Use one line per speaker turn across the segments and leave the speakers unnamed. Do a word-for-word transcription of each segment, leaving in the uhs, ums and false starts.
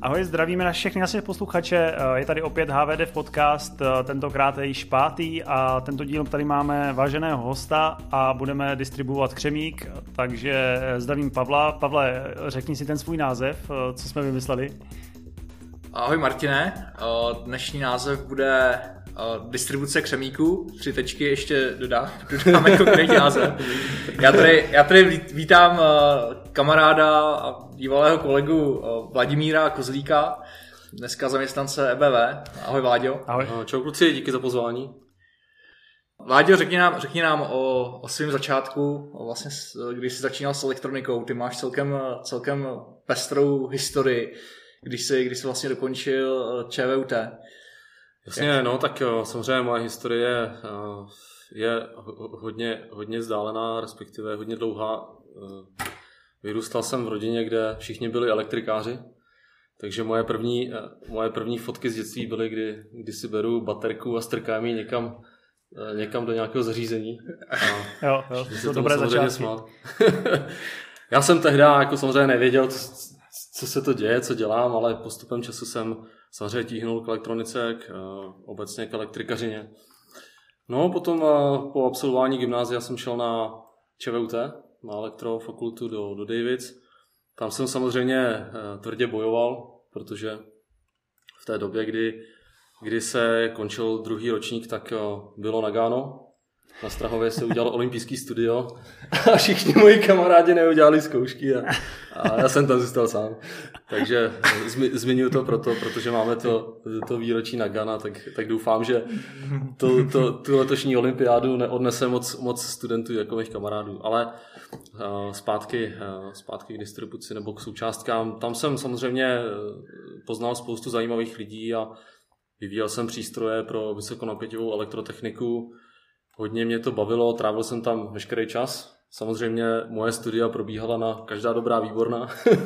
Ahoj, zdravíme na všechny naše posluchače, je tady opět H V D podcast, tentokrát je již pátý a tento díl tady máme váženého hosta a budeme distribuovat křemík, takže zdravím Pavla. Pavle, řekni si ten svůj název, co jsme vymysleli.
Ahoj Martine, dnešní název bude distribuce křemíků, tři tečky ještě dodám, dodáme konkrétní název. Já tady, já tady vítám kamaráda a bývalého kolegu Vladimíra Kozlíka, dneska zaměstnance E B V. Ahoj Vláďo.
Ahoj. Čau kluci, díky za pozvání.
Vláďo, řekni nám, řekni nám o, o svém začátku, o vlastně, když jsi začínal s elektronikou. Ty máš celkem, celkem pestrou historii, když jsi, když jsi vlastně dokončil ČVUT.
Jasně, no tak jo, samozřejmě moje historie je hodně, hodně vzdálená, respektive hodně dlouhá. Vyrůstal jsem v rodině, kde všichni byli elektrikáři, takže moje první, moje první fotky z dětství byly, kdy, kdy si beru baterku a strkám ji někam, někam do nějakého zařízení. A
jo, jo, to jsou dobré začátky.
Já jsem tehdy jako samozřejmě nevěděl, co se to děje, co dělám, ale postupem času jsem samozřejmě tíhnul k elektronice, k, obecně k elektrikařině. No, potom po absolvování gymnázia jsem šel na ČVUT, na elektrofakultu do, do Davids. Tam jsem samozřejmě tvrdě bojoval, protože v té době, kdy, kdy se končil druhý ročník, tak bylo Nagano. Na Strahově se udělal olympijský studio a všichni moji kamarádi neudělali zkoušky a, a já jsem tam zůstal sám. Takže zmi, zmiňuji to proto, protože máme to, to výročí Nagana, tak, tak doufám, že to, to, tu letošní olympiádu neodnese moc, moc studentů jako mých kamarádů. Ale uh, zpátky, uh, zpátky k distribuci nebo k součástkám. Tam jsem samozřejmě poznal spoustu zajímavých lidí a vyvíjel jsem přístroje pro vysokonapěťovou elektrotechniku. Hodně mě to bavilo, trávil jsem tam veškerý čas. Samozřejmě moje studia probíhala na každá dobrá výborná,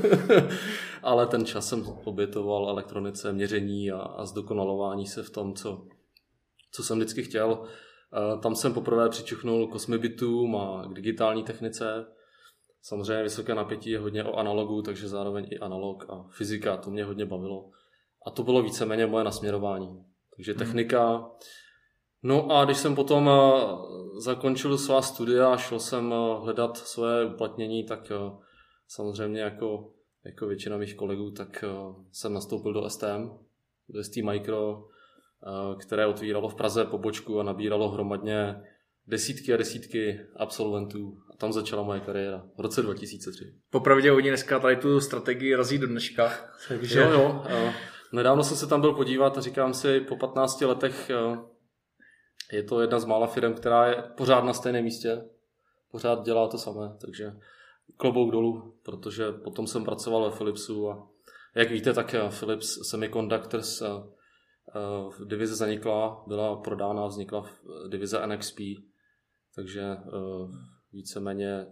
ale ten čas jsem obětoval elektronice, měření a, a zdokonalování se v tom, co, co jsem vždycky chtěl. Tam jsem poprvé přičuchnul k osmi bitům a k digitální technice. Samozřejmě vysoké napětí je hodně o analogu, takže zároveň i analog a fyzika, to mě hodně bavilo. A to bylo víceméně moje nasměrování. Takže technika... No a když jsem potom zakončil svá studia a šel jsem hledat své uplatnění, tak samozřejmě jako, jako většina mých kolegů, tak jsem nastoupil do S T M, do S T Micro, které otvíralo v Praze pobočku a nabíralo hromadně desítky a desítky absolventů. A tam začala moje kariéra v roce dva tisíce tři.
Popravdě oni dneska tady tu strategii razí do dneška.
Takže jo, jo. Nedávno jsem se tam byl podívat a říkám si, po patnácti letech... Je to jedna z mála firm, která je pořád na stejném místě, pořád dělá to samé, takže klobouk dolů, protože potom jsem pracoval ve Philipsu a jak víte, tak Philips Semiconductors v divize zanikla, byla prodána a vznikla v divize N X P, takže víceméně...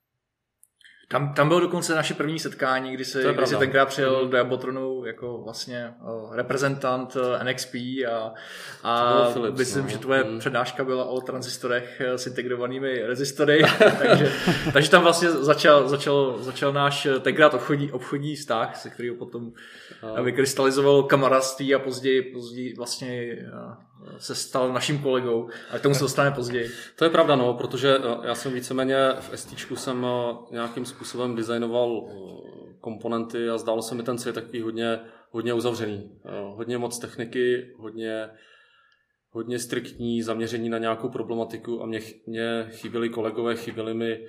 Tam, tam bylo dokonce naše první setkání, kdy jsi, kdy jsi tenkrát přijel do Jabotronu jako vlastně uh, reprezentant uh, N X P a, a Philips, myslím, no. že tvoje hmm. přednáška byla o tranzistorech s integrovanými rezistory, takže, takže tam vlastně začal, začal, začal náš tenkrát obchodní, obchodní vztah, se kterého potom uh, vykrystalizovalo kamarádství a později, později vlastně uh, se stal naším kolegou, ale k tomu se dostaneme později.
To je pravda, no, protože já jsem víceméně v STčku jsem nějakým způsobem designoval komponenty a zdálo se mi ten svět takový hodně, hodně uzavřený. Hodně moc techniky, hodně, hodně striktní zaměření na nějakou problematiku a mě, mě chyběli kolegové, chyběli mi,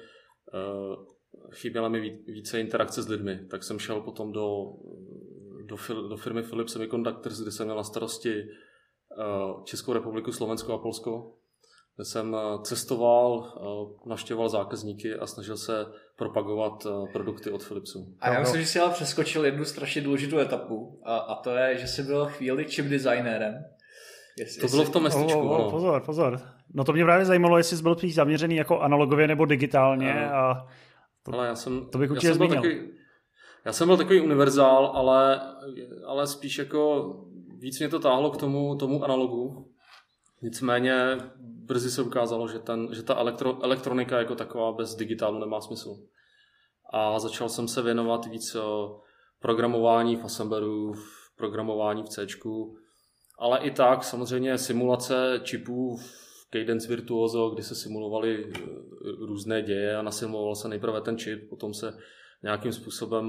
chyběla mi více interakce s lidmi. Tak jsem šel potom do, do, do firmy Philips Semiconductors, kde jsem měl na starosti Českou republiku, Slovensko a Polsko, kde jsem cestoval, navštěvoval zákazníky a snažil se propagovat produkty od Philipsu.
A já myslím, že jsi ale přeskočil jednu strašně důležitou etapu a, a to je, že jsi byl chvíli chip designérem.
Jestli, to bylo v tom mestičku.
Oh, oh, pozor, pozor. No to mě právě zajímalo, jestli jsi byl spíš zaměřený jako analogově nebo digitálně. A to,
ale já jsem,
to bych určitě zmínil.
Takový, já jsem byl takový univerzál, ale, ale spíš jako víc mě to táhlo k tomu, tomu analogu. Nicméně brzy se ukázalo, že, ten, že ta elektro, elektronika jako taková bez digitálu nemá smysl. A začal jsem se věnovat víc programování v Assembleru, v programování v Cčku, ale i tak samozřejmě simulace čipů v Cadence Virtuoso, kdy se simulovaly různé děje a nasimuloval se nejprve ten čip, potom se nějakým způsobem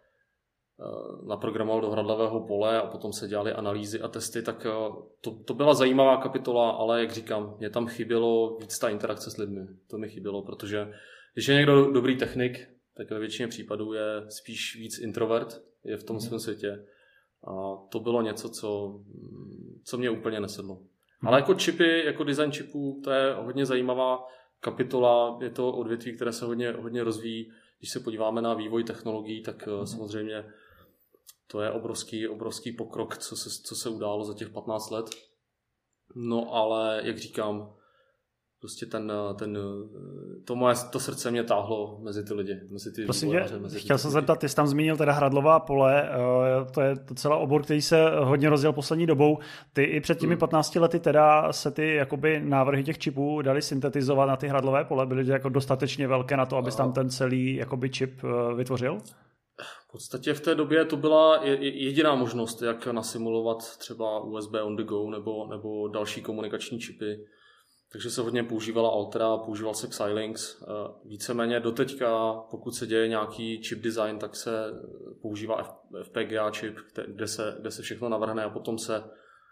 naprogramoval do hradlavého pole a potom se dělaly analýzy a testy, tak to, to byla zajímavá kapitola, ale jak říkám, mě tam chybělo víc ta interakce s lidmi. To mi chybělo, protože když je někdo dobrý technik, tak ve většině případů je spíš víc introvert, je v tom mm. svém světě. A to bylo něco, co, co mě úplně nesedlo. Mm. Ale jako čipy, jako design čipů, to je hodně zajímavá kapitola, je to odvětví, které se hodně, hodně rozvíjí. Když se podíváme na vývoj technologií, tak mm. samozřejmě to je obrovský, obrovský pokrok, co se, co se událo za těch patnáct let. No ale, jak říkám, prostě ten, ten, to moje to srdce mě táhlo mezi ty lidi. Mezi ty
Prosím tě, chtěl jsem zeptat, ty jsi tam zmínil teda hradlová pole, to je docela obor, který se hodně rozjel poslední dobou. Ty i před těmi patnácti lety teda se ty jakoby návrhy těch čipů dali syntetizovat na ty hradlové pole, byly jako dostatečně velké na to, abys tam ten celý jakoby čip vytvořil?
V podstatě v té době to byla jediná možnost, jak nasimulovat třeba U S B on the go nebo, nebo další komunikační čipy. Takže se hodně používala Altera, používal se Xilinx. Víceméně doteďka, pokud se děje nějaký chip design, tak se používá F P G A čip, kde se, kde se všechno navrhne a potom se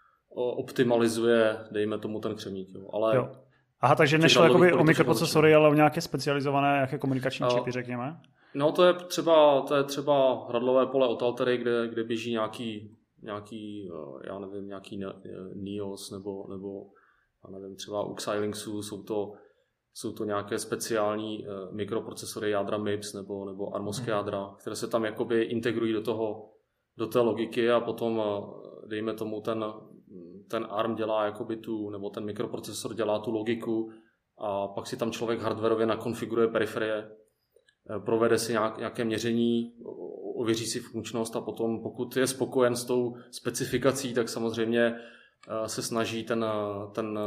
optimalizuje, dejme tomu, ten křemík. Jo. Ale
jo. Aha, takže nešlo jakoby o mikroprocesory, ale o nějaké specializované nějaké komunikační a, čipy, řekněme?
No to je třeba, to je třeba hradlové pole od Altery, kde, kde běží nějaký, nějaký, já nevím, nějaký Nios nebo, nebo já nevím, třeba u Xilinxu jsou to, jsou to nějaké speciální uh, mikroprocesory jádra M I P S nebo, nebo armovské jádra, které se tam jakoby integrují do toho, do té logiky a potom, uh, dejme tomu, ten, ten A R M dělá jakoby tu, nebo ten mikroprocesor dělá tu logiku a pak si tam člověk hardwarově nakonfiguruje periferie, uh, provede si nějak, nějaké měření, ověří si funkčnost a potom, pokud je spokojen s tou specifikací, tak samozřejmě se snaží ten, ten,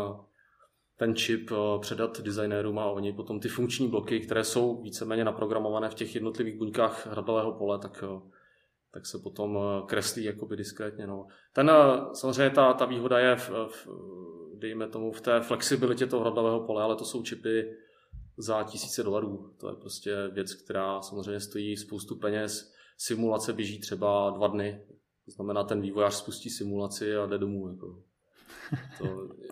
ten čip předat designérům a oni potom ty funkční bloky, které jsou víceméně naprogramované v těch jednotlivých buňkách hradlového pole, tak, tak se potom kreslí jakoby diskrétně. No. Ten, samozřejmě ta, ta výhoda je v, v, dejme tomu, v té flexibilitě toho hradlového pole, ale to jsou čipy za tisíce dolarů. To je prostě věc, která samozřejmě stojí spoustu peněz. Simulace běží třeba dva dny. To znamená, ten vývojář spustí simulaci a jde domů. Jako. To,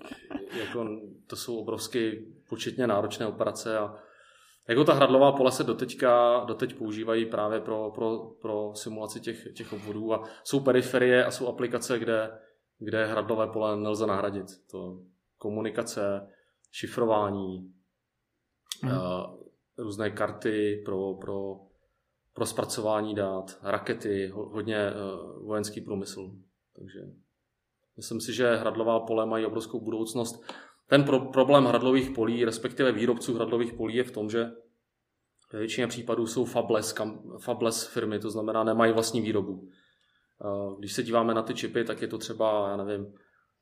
jako, to jsou obrovsky početně náročné operace a jako ta hradlová pole se doteďka, doteď používají právě pro, pro, pro simulaci těch, těch obvodů a jsou periferie a jsou aplikace, kde, kde hradlové pole nelze nahradit. To komunikace, šifrování, hmm. a, různé karty pro, pro pro zpracování dat, rakety, hodně uh, vojenský průmysl. Takže myslím si, že hradlová pole mají obrovskou budoucnost. Ten pro- problém hradlových polí, respektive výrobců hradlových polí je v tom, že ve většině případů jsou fabless, kam, fabless firmy, to znamená nemají vlastní výrobu. Uh, když se díváme na ty čipy, tak je to třeba, já nevím,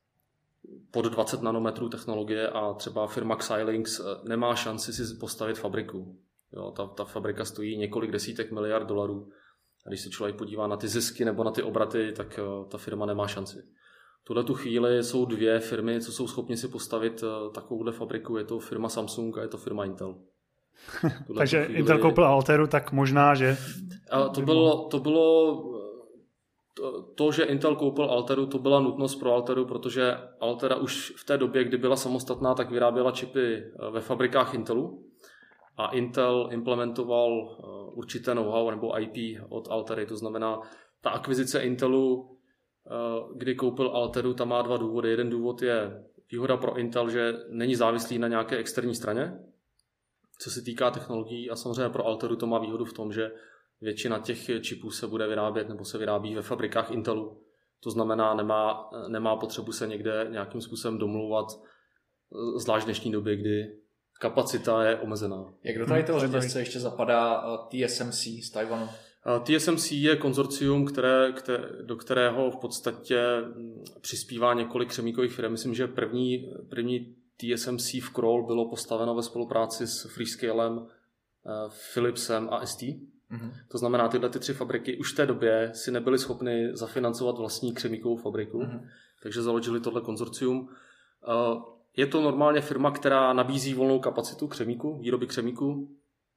pod dvacet nanometrů technologie a třeba firma Xilinx nemá šanci si postavit fabriku. Jo, ta, ta fabrika stojí několik desítek miliard dolarů a když se člověk podívá na ty zisky nebo na ty obraty, tak uh, ta firma nemá šanci. V tuhle tu chvíli jsou dvě firmy, co jsou schopni si postavit uh, takovouhle fabriku. Je to firma Samsung a je to firma Intel.
Takže chvíli... Intel koupil Alteru, tak možná, že...
A to bylo, to bylo to, to, že Intel koupil Alteru, to byla nutnost pro Alteru, protože Altera už v té době, kdy byla samostatná, tak vyráběla čipy ve fabrikách Intelu. A Intel implementoval určité know-how nebo I P od Altery, to znamená, ta akvizice Intelu, kdy koupil Alteru, tam má dva důvody. Jeden důvod je výhoda pro Intel, že není závislý na nějaké externí straně, co se týká technologií, a samozřejmě pro Alteru to má výhodu v tom, že většina těch čipů se bude vyrábět nebo se vyrábí ve fabrikách Intelu. To znamená, nemá, nemá potřebu se někde nějakým způsobem domlouvat, zvlášť v dnešní době, kdy kapacita je omezená.
Jak do tady toho řetězce ještě zapadá T S M C z Tajvanu?
T S M C je konzorcium, které, které, do kterého v podstatě přispívá několik křemíkových firm. Myslím, že první, první T S M C v Kroll bylo postaveno ve spolupráci s Freescalem, Philipsem a S T. Mm-hmm. To znamená, tyhle ty tři fabriky už v té době si nebyly schopny zafinancovat vlastní křemíkovou fabriku, mm-hmm. takže založili tohle konzorcium. Je to normálně firma, která nabízí volnou kapacitu křemíku, výroby křemíku.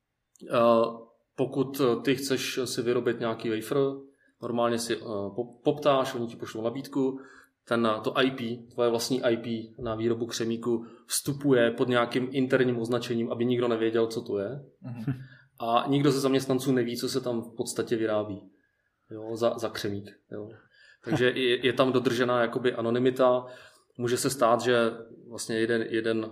Pokud ty chceš si vyrobit nějaký wafer, normálně si poptáš, oni ti pošlou nabídku, ten, to í pé, tvoje vlastní í pé na výrobu křemíku vstupuje pod nějakým interním označením, aby nikdo nevěděl, co to je. Mm-hmm. A nikdo ze zaměstnanců neví, co se tam v podstatě vyrábí, jo, za, za křemík. Jo. Takže je, je tam dodržená jakoby anonymita. Může se stát, že vlastně jeden, jeden,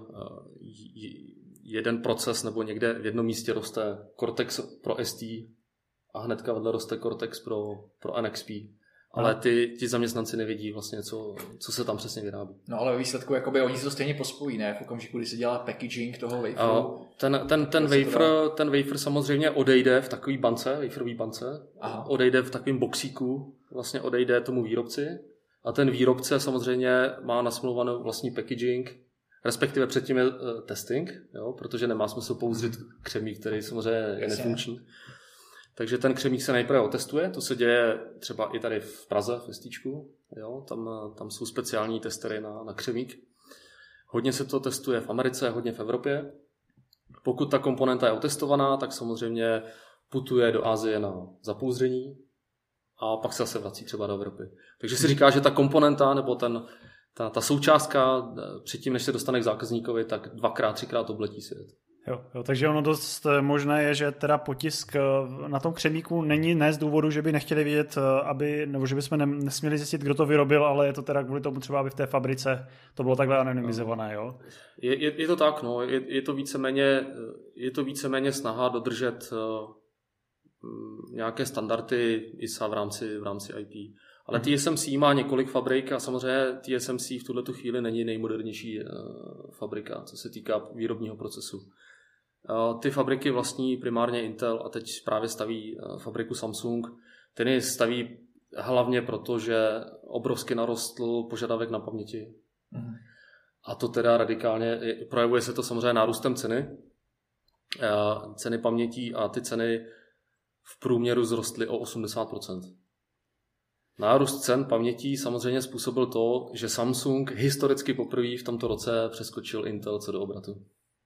jeden proces nebo někde v jednom místě roste Cortex pro S T a hnedka vedle roste Cortex pro, pro N X P. Ale ty, ti zaměstnanci nevědí vlastně, co, co se tam přesně vyrábí.
No ale ve výsledku jakoby, oni se to stejně pospojí, ne? V okamžiku, kdy se dělá packaging toho waferu.
Ten, ten, ten, wafer, ten wafer samozřejmě odejde v takové bance, waferové bance, Aha. odejde v takovém boxíku, vlastně odejde tomu výrobci a ten výrobce samozřejmě má nasmluvanou vlastní packaging, respektive předtím je uh, testing, jo? Protože nemá smysl pouzdřit křemík, který samozřejmě je nefunkční. Takže ten křemík se nejprve otestuje, to se děje třeba i tady v Praze, v Estíčku, jo, tam, tam jsou speciální testery na, na křemík. Hodně se to testuje v Americe, hodně v Evropě. Pokud ta komponenta je otestovaná, tak samozřejmě putuje do Asie na zapouzdření a pak se zase vrací třeba do Evropy. Takže si říká, že ta komponenta nebo ten, ta, ta součástka předtím, než se dostane k zákazníkovi, tak dvakrát, třikrát obletí svět.
Jo, jo, takže ono dost možné je, že teda potisk na tom křemíku není ne z důvodu, že by nechtěli vědět, aby, nebo že bychom ne, nesměli zjistit, kdo to vyrobil, ale je to teda kvůli tomu třeba, aby v té fabrice to bylo takhle anonymizované, jo?
Je, je, je to tak, no, je, je to víceméně, je to víceméně snaha dodržet uh, nějaké standardy I S A v rámci, v rámci I P. Ale T S M C má několik fabrik a samozřejmě T S M C v tuhletu chvíli není nejmodernější uh, fabrika, co se týká výrobního procesu. Ty fabriky vlastní primárně Intel a teď právě staví fabriku Samsung. Ten ji staví hlavně proto, že obrovsky narostl požadavek na paměti. Mm. A to teda radikálně, projevuje se to samozřejmě nárůstem ceny. Ceny pamětí a ty ceny v průměru zrostly o osmdesát procent. Nárůst cen pamětí samozřejmě způsobil to, že Samsung historicky poprvé v tomto roce přeskočil Intel co do obratu.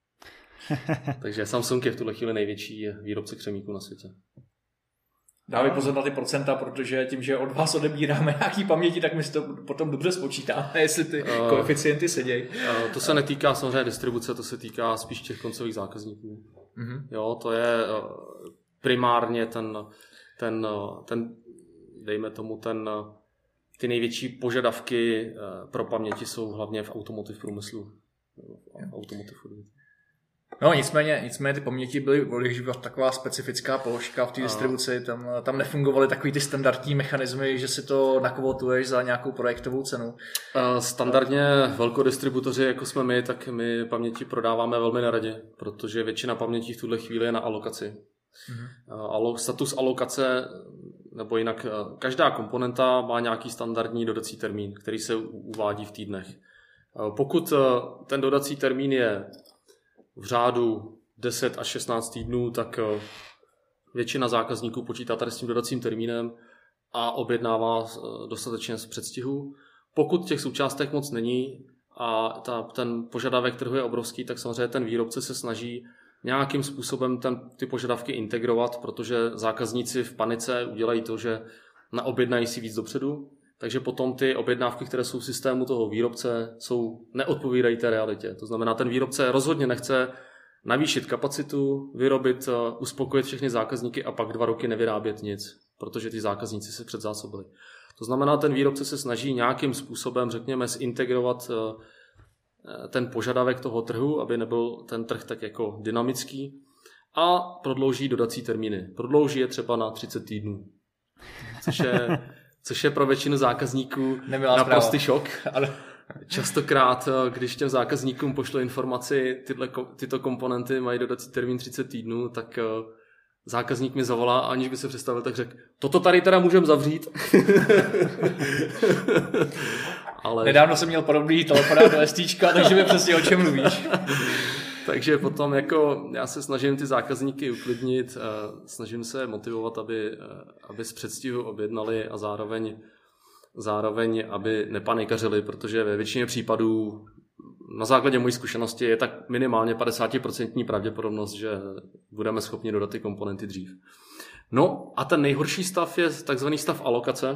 Takže Samsung je v tuhle chvíli největší výrobce křemíků na světě.
Dávej pozor na ty procenta, protože tím, že od vás odebíráme nějaký paměti, tak my si to potom dobře spočítáme, jestli ty uh, koeficienty sedějí.
Uh, to se netýká samozřejmě distribuce, to se týká spíš těch koncových zákazníků. Uh-huh. Jo, to je uh, primárně ten, ten, uh, ten, dejme tomu, ten, uh, ty největší požadavky uh, pro paměti jsou hlavně v automotive průmyslu. V automotive průmyslu.
No nicméně, nicméně ty paměti byly taková specifická položka v té distribuci, tam, tam nefungovaly takový ty standardní mechanismy, že si to nakvotuješ za nějakou projektovou cenu.
Standardně velkodistributoři, jako jsme my, tak my paměti prodáváme velmi neradě, protože většina pamětí v tuhle chvíli je na alokaci. Mm-hmm. Status alokace, nebo jinak každá komponenta má nějaký standardní dodací termín, který se uvádí v týdnech. Pokud ten dodací termín je v řádu deset až šestnáct týdnů, tak většina zákazníků počítá tady s tím dodacím termínem a objednává dostatečně z předstihu. Pokud těch součástek moc není a ta, ten požadavek trhu je obrovský, tak samozřejmě ten výrobce se snaží nějakým způsobem ten, ty požadavky integrovat, protože zákazníci v panice udělají to, že naobjednají si víc dopředu, takže potom ty objednávky, které jsou v systému toho výrobce, jsou neodpovídají té realitě. To znamená, ten výrobce rozhodně nechce navýšit kapacitu, vyrobit, uspokojit všechny zákazníky a pak dva roky nevyrábět nic, protože ty zákazníci se předzásobili. To znamená, ten výrobce se snaží nějakým způsobem, řekněme, zintegrovat ten požadavek toho trhu, aby nebyl ten trh tak jako dynamický a prodlouží dodací termíny. Prodlouží je třeba na třicet týdnů, což je... Což je pro většinu zákazníků naprostý šok. Ale častokrát, když těm zákazníkům pošlu informaci, tyhle, tyto komponenty mají dodací termín třicet týdnů, tak zákazník mi zavolá a aniž by se představil, tak řekl, toto tady teda můžeme zavřít.
Ale... Nedávno jsem měl podobný telefonát do STčka, takže mi přesně o čem mluvíš.
Takže potom jako já se snažím ty zákazníky uklidnit, snažím se motivovat, aby, aby z předstihu objednali a zároveň, zároveň aby nepanikařili, protože ve většině případů na základě mojí zkušenosti je tak minimálně padesát procent pravděpodobnost, že budeme schopni dodat ty komponenty dřív. No a ten nejhorší stav je takzvaný stav alokace.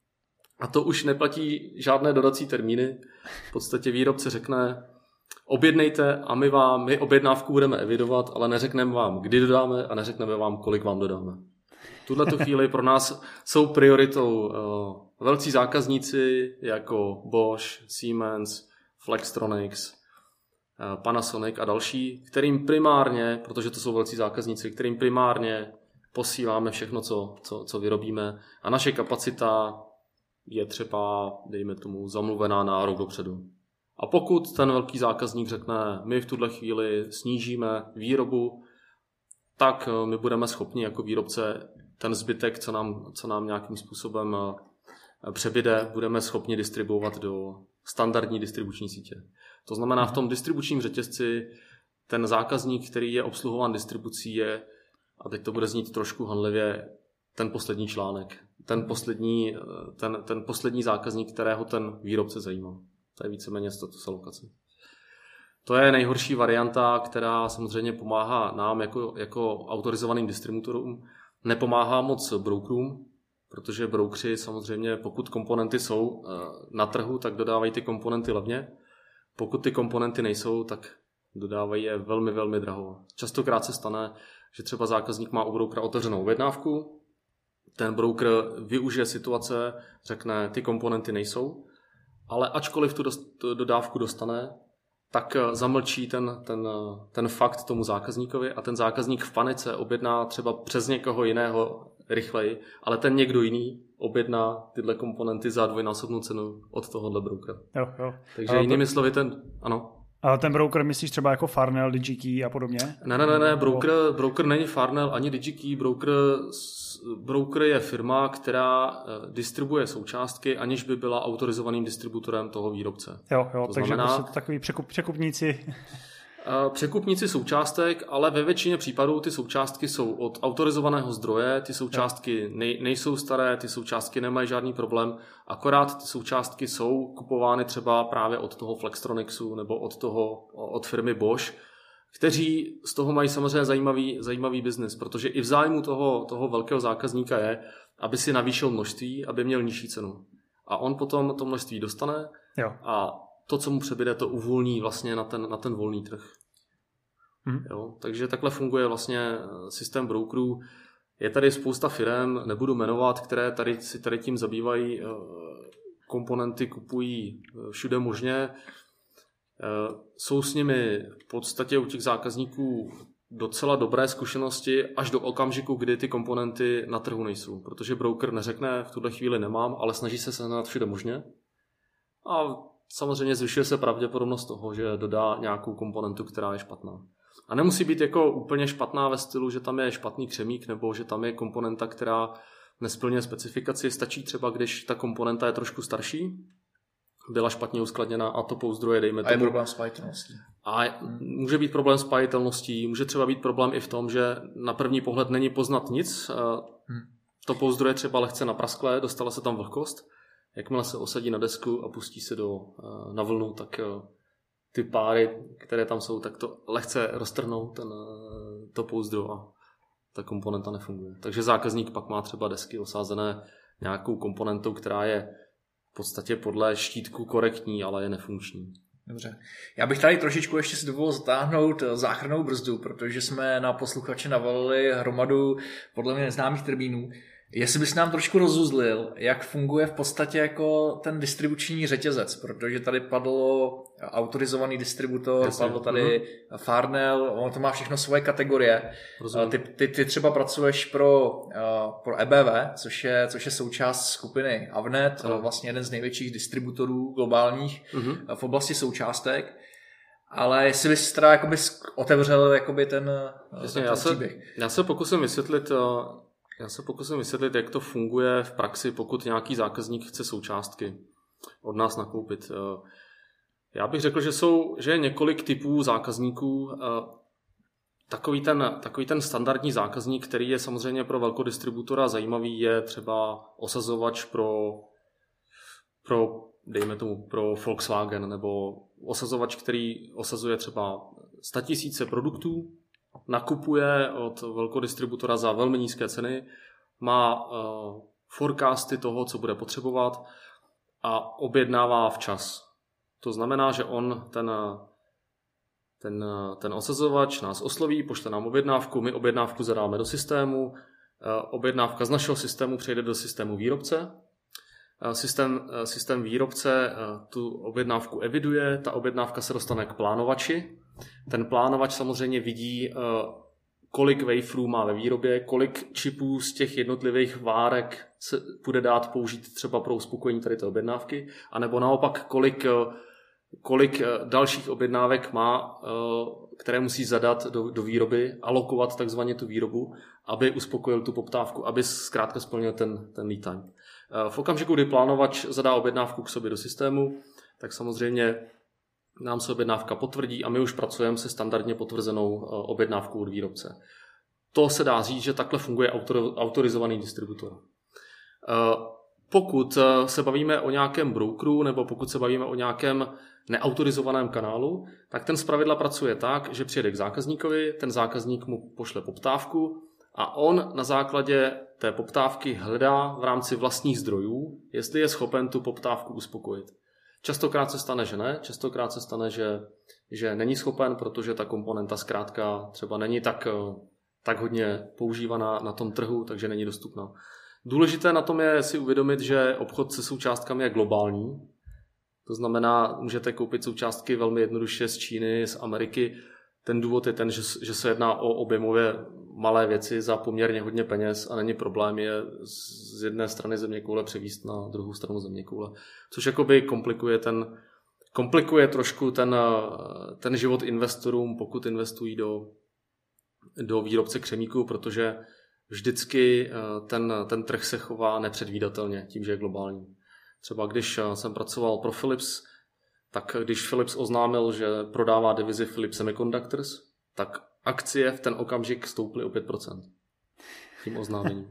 A to už neplatí žádné dodací termíny. V podstatě výrobce řekne, objednejte a my vám, my objednávku budeme evidovat, ale neřekneme vám, kdy dodáme a neřekneme vám, kolik vám dodáme. V tuhleto chvíli pro nás jsou prioritou uh, velcí zákazníci jako Bosch, Siemens, Flextronics, uh, Panasonic a další, kterým primárně, protože to jsou velcí zákazníci, kterým primárně posíláme všechno, co, co, co vyrobíme a naše kapacita je třeba, dejme tomu, zamluvená na rok dopředu. A pokud ten velký zákazník řekne, my v tuhle chvíli snížíme výrobu, tak my budeme schopni jako výrobce ten zbytek, co nám, co nám nějakým způsobem přebyde, budeme schopni distribuovat do standardní distribuční sítě. To znamená, v tom distribučním řetězci ten zákazník, který je obsluhován distribucí, je, a teď to bude znít trošku hanlivě, ten poslední článek. Ten poslední, ten, ten poslední zákazník, kterého ten výrobce zajímá. To je víceméně status alokace. To je nejhorší varianta, která samozřejmě pomáhá nám jako, jako autorizovaným distributorům. Nepomáhá moc brokerům, protože brokeři samozřejmě, pokud komponenty jsou na trhu, tak dodávají ty komponenty levně. Pokud ty komponenty nejsou, tak dodávají je velmi, velmi draho. Častokrát se stane, že třeba zákazník má u brokera otevřenou objednávku, ten broker využije situace, řekne, ty komponenty nejsou, ale ačkoliv tu dodávku dostane, tak zamlčí ten, ten, ten fakt tomu zákazníkovi a ten zákazník v panice objedná třeba přes někoho jiného rychleji, ale ten někdo jiný objedná tyhle komponenty za dvojnásobnou cenu od tohohle brokera.
Jo, jo.
Takže jinými slovy ten, ano.
A ten broker myslíš třeba jako Farnell, DigiKey a podobně?
Ne, ne, ne, ne. Broker, broker není Farnell ani DigiKey. Broker, broker je firma, která distribuje součástky, aniž by byla autorizovaným distributorem toho výrobce.
Jo, jo,
to
takže
znamená,
to takový překup, překupníci.
Překupníci součástek, ale ve většině případů ty součástky jsou od autorizovaného zdroje, ty součástky nej, nejsou staré, ty součástky nemají žádný problém, akorát ty součástky jsou kupovány třeba právě od toho Flextronicsu nebo od, toho, od firmy Bosch, kteří z toho mají samozřejmě zajímavý, zajímavý biznis, protože i v zájmu toho, toho velkého zákazníka je, aby si navýšil množství, aby měl nižší cenu. A on potom to množství dostane
jo.
a to, co mu přebyde, to uvolní vlastně na ten, na ten volný trh.
Hmm.
Jo, takže takhle funguje vlastně systém brokerů. Je tady spousta firem, nebudu jmenovat, které tady si tady tím zabývají, komponenty kupují všude možně. Jsou s nimi v podstatě u těch zákazníků docela dobré zkušenosti až do okamžiku, kdy ty komponenty na trhu nejsou. Protože broker neřekne, v tuhle chvíli nemám, ale snaží se sehnat všude možně. A samozřejmě zvyšuje se pravděpodobnost toho, že dodá nějakou komponentu, která je špatná. A nemusí být jako úplně špatná ve stylu, že tam je špatný křemík nebo že tam je komponenta, která nesplňuje specifikaci. Stačí třeba, když ta komponenta je trošku starší, byla špatně uskladněna a to pouzdroje, dejme tomu.
A je problém s spajitelností.
A může být problém s spajitelností, může třeba být problém i v tom, že na první pohled není poznat nic.
Hmm.
To pouzdroje třeba lehce naprasklé, dostala se tam vlhkost. Jakmile se osadí na desku a pustí se do, na vlnu, tak ty páry, které tam jsou, tak to lehce roztrhnou ten, to pouzdro a ta komponenta nefunguje. Takže zákazník pak má třeba desky osázené nějakou komponentou, která je v podstatě podle štítku korektní, ale je nefunkční.
Dobře. Já bych tady trošičku ještě si dovolil zatáhnout záchrannou brzdu, protože jsme na posluchače navalili hromadu podle mě neznámých termínů. Jestli bys nám trošku rozuzlil, jak funguje v podstatě jako ten distribuční řetězec, protože tady padlo autorizovaný distributor, Jasně. padlo tady mm-hmm. Farnell, ono to má všechno svoje kategorie. Ty, ty, ty třeba pracuješ pro, pro E B V, což je, což je součást skupiny Avnet, mm. vlastně jeden z největších distributorů globálních mm-hmm. v oblasti součástek. Ale jestli bys teda jakoby otevřel jakoby ten,
Jasně,
ten
já se,
příběh.
Já se pokusím vysvětlit... Já se pokusím vysvětlit, jak to funguje v praxi, pokud nějaký zákazník chce součástky od nás nakoupit. Já bych řekl, že jsou, že je několik typů zákazníků. Takový ten, takový ten standardní zákazník, který je samozřejmě pro velkodistributora zajímavý, je třeba osazovač pro, pro dejme tomu, pro Volkswagen, nebo osazovač, který osazuje třeba statisíce produktů, nakupuje od velkodistributora za velmi nízké ceny, má uh, forecasty toho, co bude potřebovat a objednává včas. To znamená, že on, ten, ten, ten osazovač nás osloví, pošle nám objednávku, my objednávku zadáme do systému, uh, objednávka z našeho systému přejde do systému výrobce. Systém, systém výrobce tu objednávku eviduje, ta objednávka se dostane k plánovači. Ten plánovač samozřejmě vidí, kolik waferů má ve výrobě, kolik čipů z těch jednotlivých várek se bude dát použít třeba pro uspokojení tady té objednávky, anebo naopak, kolik, kolik dalších objednávek má, které musí zadat do, do výroby, alokovat takzvaně tu výrobu, aby uspokojil tu poptávku, aby zkrátka splnil ten, ten lead time. V okamžiku, kdy plánovač zadá objednávku k sobě do systému, tak samozřejmě nám se objednávka potvrdí a my už pracujeme se standardně potvrzenou objednávkou od výrobce. To se dá říct, že takhle funguje autorizovaný distributor. Pokud se bavíme o nějakém brokeru nebo pokud se bavíme o nějakém neautorizovaném kanálu, tak ten zpravidla pracuje tak, že přijede k zákazníkovi, ten zákazník mu pošle poptávku a on na základě té poptávky hledá v rámci vlastních zdrojů, jestli je schopen tu poptávku uspokojit. Častokrát se stane, že ne, častokrát se stane, že, že není schopen, protože ta komponenta zkrátka třeba není tak, tak hodně používaná na tom trhu, takže není dostupná. Důležité na tom je si uvědomit, že obchod se součástkami je globální. To znamená, můžete koupit součástky velmi jednoduše z Číny, z Ameriky. Ten důvod je ten, že, že se jedná o objemově malé věci za poměrně hodně peněz a není problém je z jedné strany zeměkoule převíst na druhou stranu zeměkoule. Což jakoby komplikuje, ten, komplikuje trošku ten, ten život investorům, pokud investují do, do výrobce křemíků, protože vždycky ten, ten trh se chová nepředvídatelně tím, že je globální. Třeba když jsem pracoval pro Philips, tak když Philips oznámil, že prodává divizi Philips Semiconductors, tak akcie v ten okamžik stouply o pět procent tím oznámením.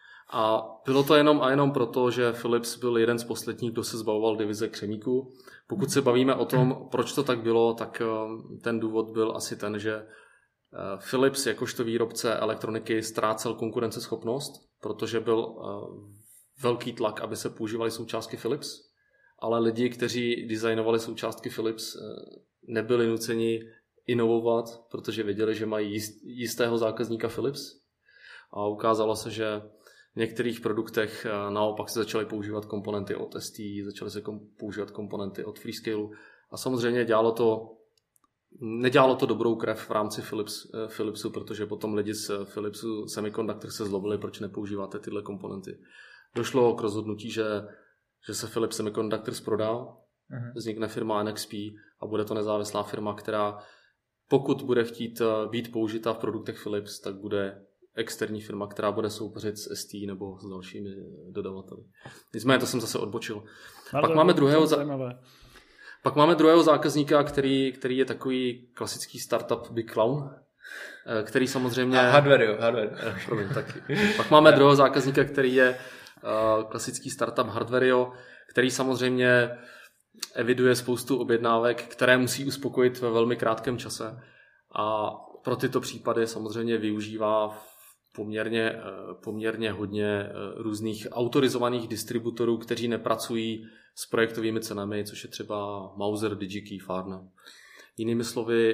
A bylo to jenom a jenom proto, že Philips byl jeden z posledních, kdo se zbavoval divize křemíku. Pokud se bavíme o tom, proč to tak bylo, tak ten důvod byl asi ten, že Philips jakožto výrobce elektroniky ztrácel konkurenceschopnost, protože byl velký tlak, aby se používaly součástky Philips, ale lidi, kteří designovali součástky Philips, nebyli nuceni inovovat, protože věděli, že mají jistého zákazníka Philips. A ukázalo se, že v některých produktech naopak se začaly používat komponenty od S T, začaly se používat komponenty od Freescaleu. A samozřejmě dělalo to, nedělalo to dobrou krev v rámci Philips, Philipsu, protože potom lidi z Philipsu Semiconductor se zlobili, proč nepoužíváte tyhle komponenty. Došlo k rozhodnutí, že, že se Philips Semiconductors prodá, uh-huh. vznikne firma N X P a bude to nezávislá firma, která pokud bude chtít být použita v produktech Philips, tak bude externí firma, která bude soupeřit s S T nebo s dalšími dodavateli. Nicméně to jsem zase odbočil.
Ale
Pak máme druhého za... Pak máme druhého zákazníka, který, který je takový klasický startup Big Clown, který samozřejmě...
A hardware, jo, hardware.
Promiň, taky. Pak máme druhého zákazníka, který je uh, klasický startup Hardware, který samozřejmě eviduje spoustu objednávek, které musí uspokojit ve velmi krátkém čase. A pro tyto případy samozřejmě využívá poměrně, poměrně hodně různých autorizovaných distributorů, kteří nepracují s projektovými cenami, což je třeba Mouser, DigiKey, Farna. Jinými slovy,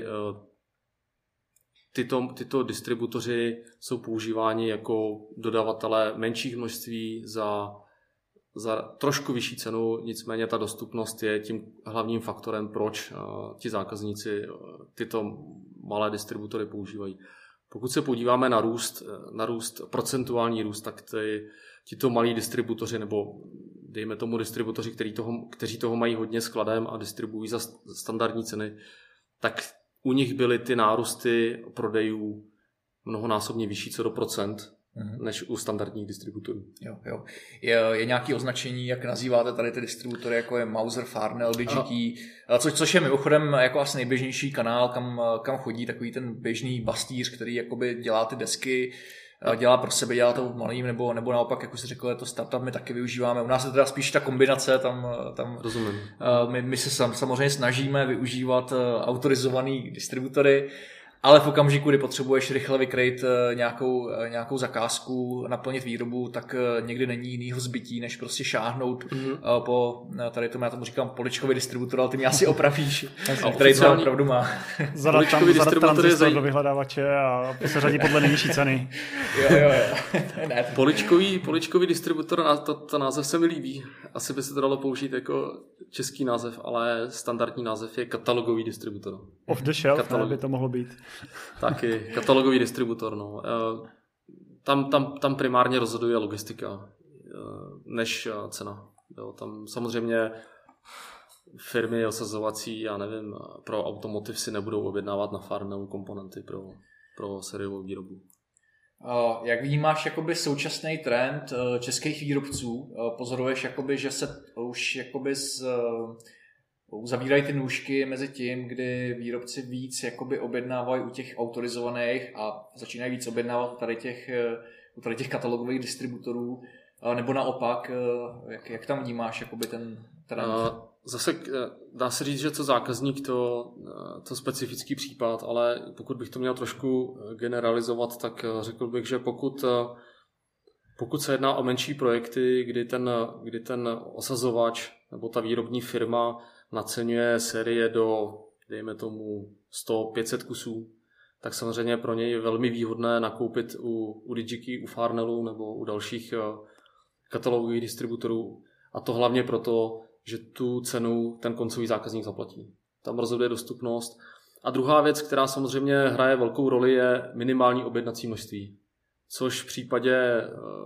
tyto, tyto distributoři jsou používáni jako dodavatelé menších množství za, za trošku vyšší cenu, nicméně ta dostupnost je tím hlavním faktorem, proč ti zákazníci tyto malé distributory používají. Pokud se podíváme na růst, na růst, procentuální růst, tak ty, tito malí distributoři, nebo dejme tomu distributoři, kteří toho, kteří toho mají hodně skladem a distribuují za standardní ceny, tak u nich byly ty nárůsty prodejů mnohonásobně vyšší co do procent mm-hmm. než u standardních distributorů.
Jo, jo. Je, je nějaké označení, jak nazýváte tady ty distributory, jako je Mouser, Farnell, DigiKey, a... což, což je mimochodem jako asi nejběžnější kanál, kam, kam chodí takový ten běžný bastýř, který jakoby dělá ty desky, dělá pro sebe, dělá to malým, nebo, nebo naopak, jak už jsi řekl, je to startup, my taky využíváme. U nás je teda spíš ta kombinace, tam, tam
Rozumím.
My, my se sam, samozřejmě snažíme využívat autorizovaný distributory, ale v okamžiku, kdy potřebuješ rychle vykrýt nějakou, nějakou zakázku, naplnit výrobu, tak někdy není jinýho zbytí, než prostě šáhnout mm-hmm. po, tady tomu já tomu říkám poličkový distributor, ale ty mě asi opravíš, který to opravdu má.
Zadat tam zadat transistor do vyhledávače a seřadit podle nejnižší ceny.
Jo, jo, jo. Ne.
Poličkový, poličkový distributor, to, to název se mi líbí. Asi by se to dalo použít jako český název, ale standardní název je katalogový distributor.
Off the shelf, Katalog... by to mohlo být.
Taky, katalogový distributor. No. Tam, tam, tam primárně rozhoduje logistika, než cena. Jo, tam samozřejmě firmy osazovací, já nevím, pro automotiv si nebudou objednávat na Farnellu komponenty pro, pro sériovou výrobu.
Jak vnímáš jakoby současný trend českých výrobců? Pozoruješ, jakoby, že se už jakoby z... uzavírají ty nůžky mezi tím, kdy výrobci víc jakoby objednávají u těch autorizovaných a začínají víc objednávat u tady těch, u tady těch katalogových distributorů, nebo naopak, jak, jak tam vnímáš jakoby ten trend?
Zase dá se říct, že co zákazník to, to specifický případ, ale pokud bych to měl trošku generalizovat, tak řekl bych, že pokud, pokud se jedná o menší projekty, kdy ten, kdy ten osazovač nebo ta výrobní firma naceňuje série do, dejme tomu, sto pět set kusů, tak samozřejmě pro něj je velmi výhodné nakoupit u, u DigiKey, u Farnellu nebo u dalších katalogových distributorů. A to hlavně proto, že tu cenu ten koncový zákazník zaplatí. Tam rozhoduje dostupnost. A druhá věc, která samozřejmě hraje velkou roli, je minimální objednací množství. Což v případě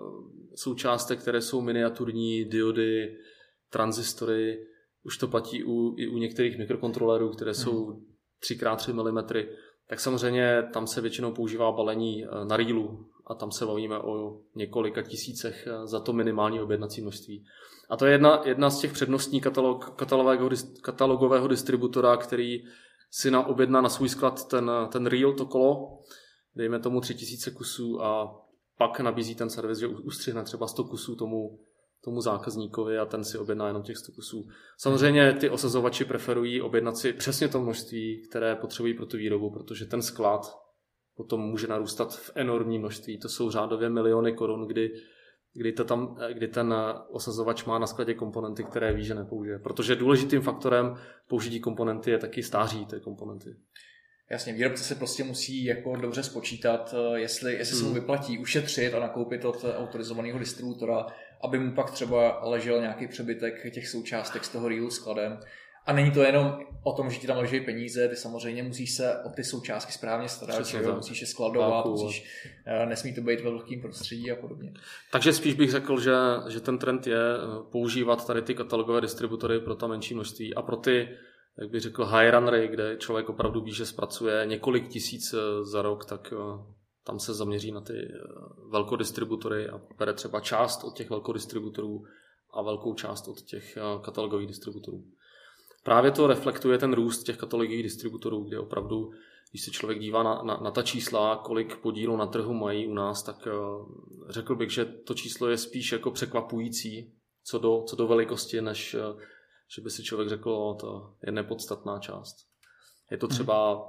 součástek, které jsou miniaturní, diody, transistory, už to platí u, i u některých mikrokontrolerů, které jsou tři krát tři milimetry, tak samozřejmě tam se většinou používá balení na reelu a tam se bavíme o několika tisícech za to minimální objednací množství. A to je jedna, jedna z těch přednostní katalog, katalogového, katalogového distributora, který si na objedná na svůj sklad ten, ten reel, to kolo, dejme tomu tři tisíce kusů a pak nabízí ten servis, že ustřihne třeba sto kusů tomu tomu zákazníkovi a ten si objedná jenom těch sto kusů. Samozřejmě ty osazovači preferují objednat si přesně to množství, které potřebují pro tu výrobu, protože ten sklad potom může narůstat v enormní množství. To jsou řádově miliony korun, kdy, kdy, to tam, kdy ten osazovač má na skladě komponenty, které ví, že nepoužije. Protože důležitým faktorem použití komponenty je taky stáří té komponenty.
Jasně, výrobce se prostě musí jako dobře spočítat, jestli, jestli se mu vyplatí ušetřit a nakoupit od autorizovaného distributora, aby mu pak třeba ležel nějaký přebytek těch součástek z toho reelu skladem. A není to jenom o tom, že ti tam leží peníze, ty samozřejmě musíš se o ty součástky správně starat, že jo? Musíš je skladovat, musíš, nesmí to být ve velkým prostředí a podobně.
Takže spíš bych řekl, že, že ten trend je používat tady ty katalogové distributory pro ta menší množství a pro ty, jak bych řekl, high runnery, kde člověk opravdu ví, že zpracuje několik tisíc za rok, tak tam se zaměří na ty velkodistributory a bere třeba část od těch velkodistributorů a velkou část od těch katalogových distributorů. Právě to reflektuje ten růst těch katalogových distributorů, kde opravdu, když se člověk dívá na, na, na ta čísla, kolik podílů na trhu mají u nás, tak řekl bych, že to číslo je spíš jako překvapující co do, co do velikosti, než že by si člověk řekl, to je nepodstatná část. Je to třeba,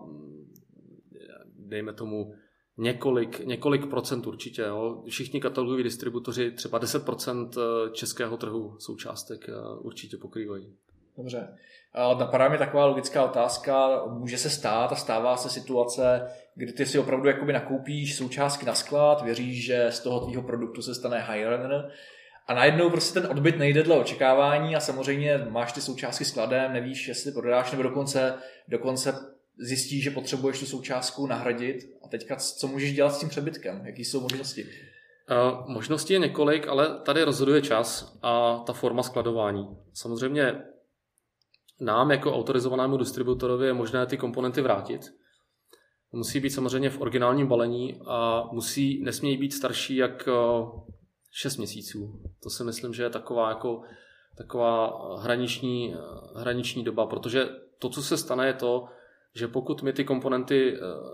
dejme tomu, několik, několik procent určitě. Jo. Všichni katalogoví distributoři třeba deset procent českého trhu součástek určitě pokrývají.
Dobře. Napadá mi taková logická otázka. Může se stát a stává se situace, kdy ty si opravdu jakoby nakoupíš součástky na sklad, věříš, že z toho tvýho produktu se stane high runner, a najednou prostě ten odbyt nejde dle očekávání a samozřejmě máš ty součástky skladem, nevíš, jestli prodáš, nebo dokonce, dokonce zjistíš, že potřebuješ tu součástku nahradit. A teďka co můžeš dělat s tím přebytkem? Jaký jsou možnosti?
Uh, možností je několik, ale tady rozhoduje čas a ta forma skladování. Samozřejmě nám jako autorizovanému distributorovi je možné ty komponenty vrátit. musí být samozřejmě v originálním balení a musí, nesmějí být starší jak šest měsíců. To si myslím, že je taková, jako, taková hraniční, hraniční doba, protože to, co se stane, je to, že pokud my ty komponenty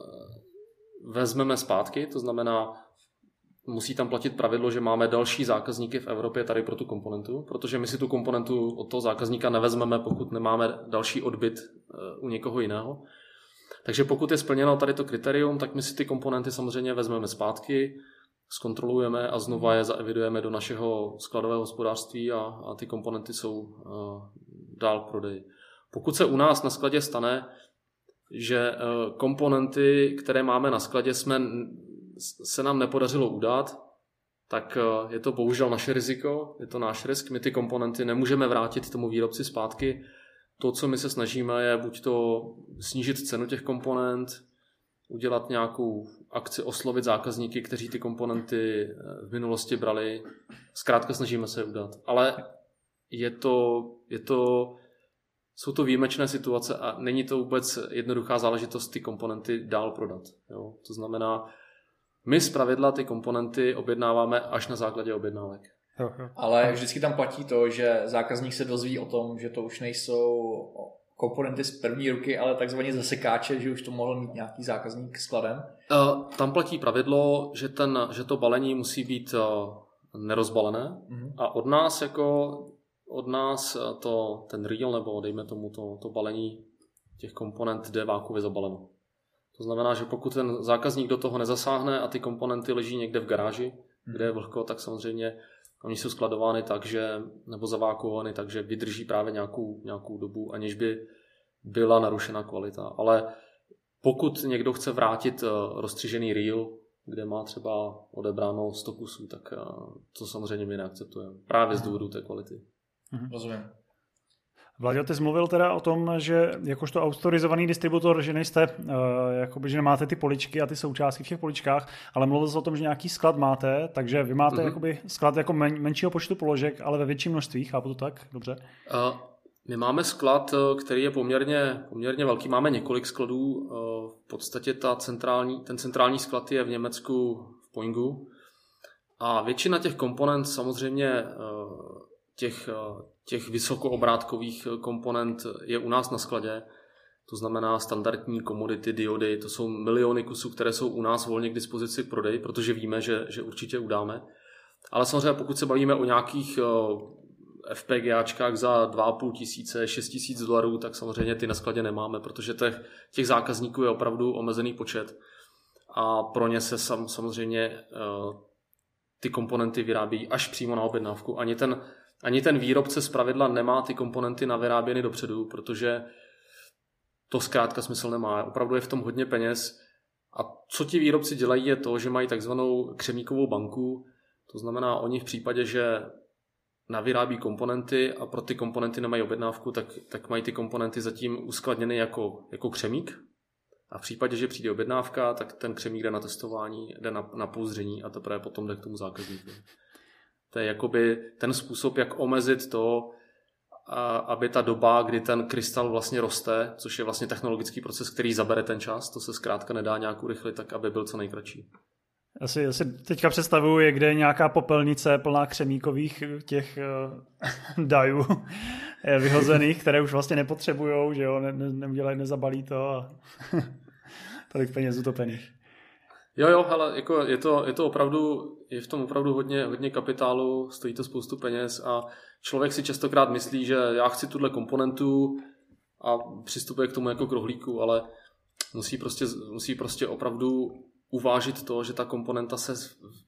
vezmeme zpátky, to znamená, musí tam platit pravidlo, že máme další zákazníky v Evropě tady pro tu komponentu, protože my si tu komponentu od toho zákazníka nevezmeme, pokud nemáme další odbyt u někoho jiného. Takže pokud je splněno tady to kritérium, tak my si ty komponenty samozřejmě vezmeme zpátky, zkontrolujeme a znova je zaevidujeme do našeho skladového hospodářství a, a ty komponenty jsou uh, dál k prodeji. Pokud se u nás na skladě stane, že uh, komponenty, které máme na skladě, jsme, se nám nepodařilo udat, tak uh, je to bohužel naše riziko, je to náš risk, my ty komponenty nemůžeme vrátit tomu výrobci zpátky. To, co my se snažíme, je buď to snížit cenu těch komponent, udělat nějakou akci, oslovit zákazníky, kteří ty komponenty v minulosti brali. Zkrátka snažíme se je udat. Ale je to, je to, jsou to výjimečné situace a není to vůbec jednoduchá záležitost ty komponenty dál prodat. Jo? To znamená, my zpravidla ty komponenty objednáváme až na základě objednávek.
Jo, jo. Ale vždycky tam platí to, že zákazník se dozví o tom, že to už nejsou komponenty z první ruky, ale takzvaně zasekáče, že už to mohl mít nějaký zákazník skladem.
Tam platí pravidlo, že, ten, že to balení musí být nerozbalené mm-hmm. a od nás jako od nás to, ten reel nebo dejme tomu to, to balení těch komponent jde vákuově zabaleno. To znamená, že pokud ten zákazník do toho nezasáhne a ty komponenty leží někde v garáži, mm-hmm. kde je vlhko, tak samozřejmě oni jsou skladovány tak, že, nebo zavákuovány tak, že vydrží právě nějakou, nějakou dobu, aniž by byla narušena kvalita. Ale pokud někdo chce vrátit rozstřižený reel, kde má třeba odebráno sto kusů, tak to samozřejmě my neakceptujeme. Právě z důvodu té kvality.
Mhm. Rozumím.
Vláďo, ty jsi mluvil teda o tom, že jakožto autorizovaný distributor, že nejste, uh, jakoby, že nemáte ty poličky a ty součástky v těch poličkách, ale mluvil jsi o tom, že nějaký sklad máte, takže vy máte mm-hmm. jakoby sklad jako men, menšího počtu položek, ale ve větším množství, chápu to tak? Dobře.
Uh, my máme sklad, který je poměrně, poměrně velký, máme několik skladů, uh, v podstatě ta centrální, ten centrální sklad je v Německu v Poingu a většina těch komponent samozřejmě uh, těch uh, těch vysokoobrátkových komponent je u nás na skladě. To znamená standardní komodity, diody, to jsou miliony kusů, které jsou u nás volně k dispozici k prodeji, protože víme, že, že určitě udáme. Ale samozřejmě pokud se bavíme o nějakých FPGAčkách za dva a půl tisíce, šest tisíc dolarů, tak samozřejmě ty na skladě nemáme, protože těch, těch zákazníků je opravdu omezený počet. A pro ně se sam, samozřejmě ty komponenty vyrábí až přímo na objednávku. Ani ten Ani ten výrobce zpravidla nemá ty komponenty navyráběny dopředu, protože to zkrátka smysl nemá. Opravdu je v tom hodně peněz. A co ti výrobci dělají je to, že mají takzvanou křemíkovou banku. To znamená, oni v případě, že navyrábí komponenty a pro ty komponenty nemají objednávku, tak, tak mají ty komponenty zatím uskladněny jako, jako křemík. A v případě, že přijde objednávka, tak ten křemík jde na testování, jde na, na pouzdření a teprve potom jde k tomu zákazníku. To je jakoby ten způsob, jak omezit to, aby ta doba, kdy ten krystal vlastně roste, což je vlastně technologický proces, který zabere ten čas, to se zkrátka nedá nějak urychlit, tak aby byl co nejkratší.
Já si, já si teďka představuju, je kde je nějaká popelnice plná křemíkových těch uh, dajů vyhozených, které už vlastně nepotřebujou, že jo, ne, ne, neudělají, nezabalí to a tolik peněz utopených.
Jo, jo, ale jako je to, je to opravdu, je v tom opravdu hodně, hodně kapitálu, stojí to spoustu peněz a člověk si častokrát myslí, že já chci tuhle komponentu a přistupuje k tomu jako k rohlíku, ale musí prostě, musí prostě opravdu uvážit to, že ta komponenta se,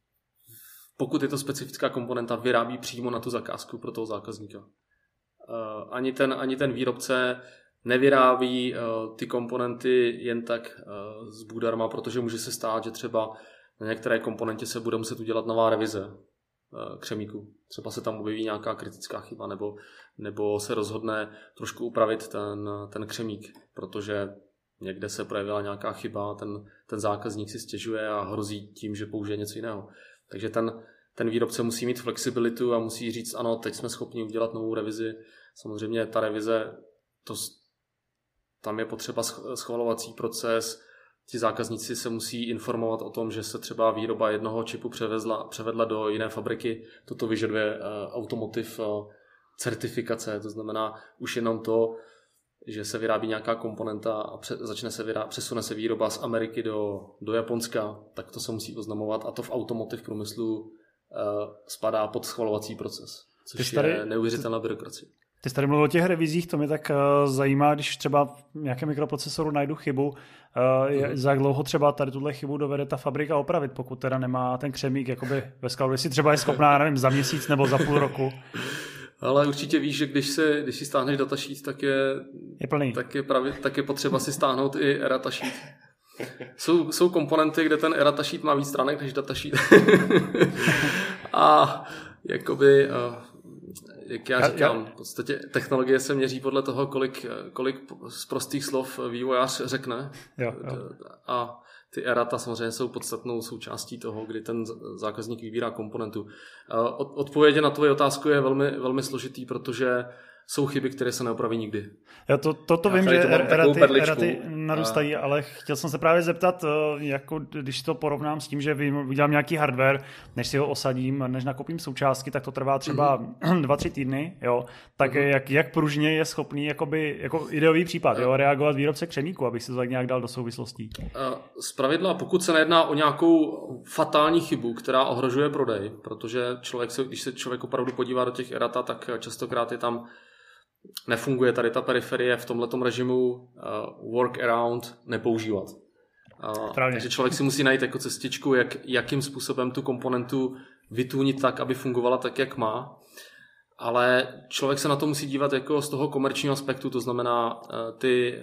pokud je to specifická komponenta, vyrábí přímo na tu zakázku pro toho zákazníka. Ani ten, ani ten výrobce nevyrábí uh, ty komponenty jen tak uh, s bůdarma, protože může se stát, že třeba na některé komponentě se bude muset udělat nová revize uh, křemíku. Třeba se tam objeví nějaká kritická chyba, nebo, nebo se rozhodne trošku upravit ten, ten křemík, protože někde se projevila nějaká chyba, ten, ten zákazník si stěžuje a hrozí tím, že použije něco jiného. Takže ten, ten výrobce musí mít flexibilitu a musí říct, ano, teď jsme schopni udělat novou revizi. Samozřejmě ta revize, to tam je potřeba schvalovací proces, ti zákazníci se musí informovat o tom, že se třeba výroba jednoho čipu převezla, převedla do jiné fabriky. Toto vyžaduje uh, automotive uh, certifikace, to znamená už jenom to, že se vyrábí nějaká komponenta a pře- začne se vyrá- přesune se výroba z Ameriky do, do Japonska, tak to se musí oznamovat a to v automotive průmyslu uh, spadá pod schvalovací proces, což tady, je neuvěřitelná byrokracie.
Ty jsi tady mluvil o těch revizích, to mě tak uh, zajímá, když třeba v nějakém mikroprocesoru najdu chybu, uh, mm-hmm. za jak dlouho třeba tady tuhle chybu dovede ta fabrika opravit, pokud teda nemá ten křemík jakoby ve skladu, jestli třeba je schopná, nevím, za měsíc nebo za půl roku.
Ale určitě víš, že když, se, když si stáhneš datasheet, tak je,
je, plný.
Tak, je pravi, tak je potřeba si stáhnout i datasheet. Jsou, jsou komponenty, kde ten datasheet má víc stránek než datasheet. A jakoby, jak já říkám, v podstatě technologie se měří podle toho, kolik, kolik z prostých slov vývojář řekne.
Jo, jo.
A ty errata samozřejmě jsou podstatnou součástí toho, kdy ten zákazník vybírá komponentu. Odpověď na tvoji otázku je velmi, velmi složitý, protože jsou chyby, které se neopraví nikdy.
Já to, to, to vím, že eraty, eraty narůstají, a... ale chtěl jsem se právě zeptat, jako když to porovnám s tím, že udělám nějaký hardware, než si ho osadím, než nakopím součástky, tak to trvá třeba mm-hmm. dva, tři týdny, jo, tak mm-hmm. jak, jak pružně je schopný jakoby, jako ideový případ, jo, reagovat výrobce křemíku, abych si to tak nějak dal do souvislostí.
Zpravidla, pokud se nejedná o nějakou fatální chybu, která ohrožuje prodej, protože člověk se, když se člověk opravdu podívá do těch erata, tak častokrát je tam nefunguje tady ta periferie v tomhletom režimu uh, workaround nepoužívat. Uh, takže člověk si musí najít jako cestičku, jak, jakým způsobem tu komponentu vytunit tak, aby fungovala tak, jak má. Ale člověk se na to musí dívat jako z toho komerčního aspektu, to znamená, uh, ty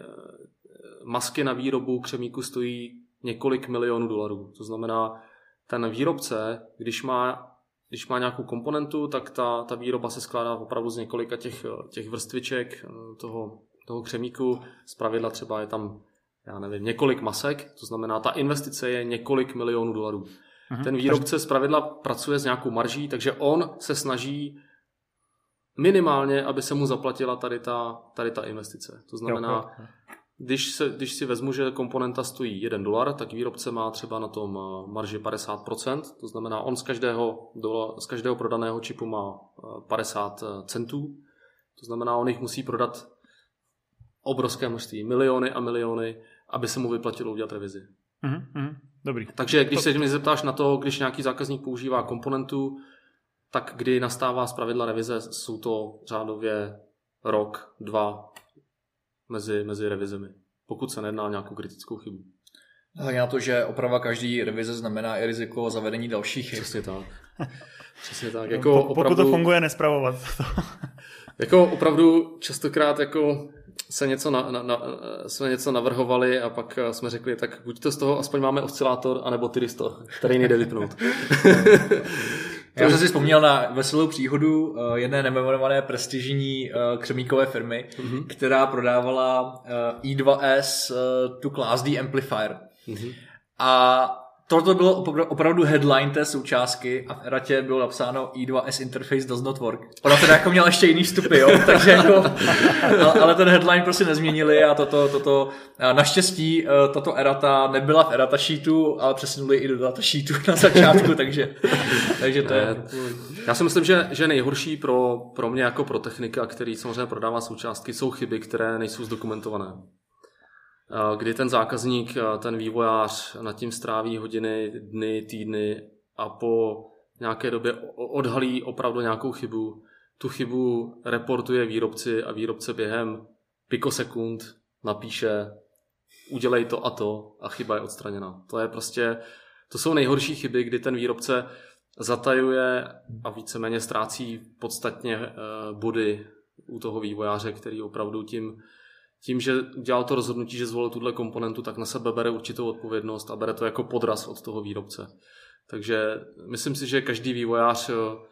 masky na výrobu křemíku stojí několik milionů dolarů. To znamená, ten výrobce, když má Když má nějakou komponentu, tak ta, ta výroba se skládá opravdu z několika těch, těch vrstviček toho, toho křemíku. Zpravidla třeba je tam, já nevím, několik masek, to znamená, ta investice je několik milionů dolarů. Aha, Ten výrobce zpravidla pracuje s nějakou marží, takže on se snaží minimálně, aby se mu zaplatila tady ta, tady ta investice. To znamená, jo, jo. Když, se, když si vezmu, že komponenta stojí jeden dolar, tak výrobce má třeba na tom marži padesát procent, to znamená, on z každého, dola, z každého prodaného čipu má padesát centů, to znamená, on jich musí prodat obrovské množství, miliony a miliony, aby se mu vyplatilo udělat revizi.
Mm, mm, dobrý.
Takže když to... se mě zeptáš na to, když nějaký zákazník používá komponentu, tak kdy nastává zpravidla revize, jsou to řádově rok, dva, Mezi, mezi revizemi, pokud se nejedná o nějakou kritickou chybu.
Tak na to, že oprava každý revize znamená i riziko zavedení dalších chyb.
Přesně tak. Přesně tak.
Jako po, opravdu, pokud to funguje, nespravovat.
Jako opravdu častokrát jako se něco, na, na, na, jsme něco navrhovali a pak jsme řekli, tak buď to z toho aspoň máme oscilátor, anebo tyristor, který nejde vypnout.
Já jsem si vzpomněl na veselou příhodu uh, jedné nejmenované prestižní uh, křemíkové firmy, mm-hmm. která prodávala uh, í dva es uh, tu Class D amplifier. Mm-hmm. A tohle bylo opravdu headline té součástky a v eratě bylo napsáno í dva es interface does not work. Ona teda jako měla ještě jiný vstupy, jo? Takže jako, ale, ale ten headline prostě nezměnili a toto, toto naštěstí tato erata nebyla v erata sheetu, ale přesunuli i do data sheetu na začátku, takže, takže to je...
Já si myslím, že, že nejhorší pro, pro mě jako pro technika, který samozřejmě prodává součástky, jsou chyby, které nejsou zdokumentované. Kdy ten zákazník, ten vývojář nad tím stráví hodiny, dny, týdny a po nějaké době odhalí opravdu nějakou chybu. Tu chybu reportuje výrobci a výrobce během pikosekund napíše udělej to a to a chyba je odstraněna. To je prostě, to jsou nejhorší chyby, kdy ten výrobce zatajuje a víceméně ztrácí podstatně body u toho vývojáře, který opravdu tím Tím, že dělal to rozhodnutí, že zvolil tuhle komponentu, tak na sebe bere určitou odpovědnost a bere to jako podraz od toho výrobce. Takže myslím si, že každý vývojář,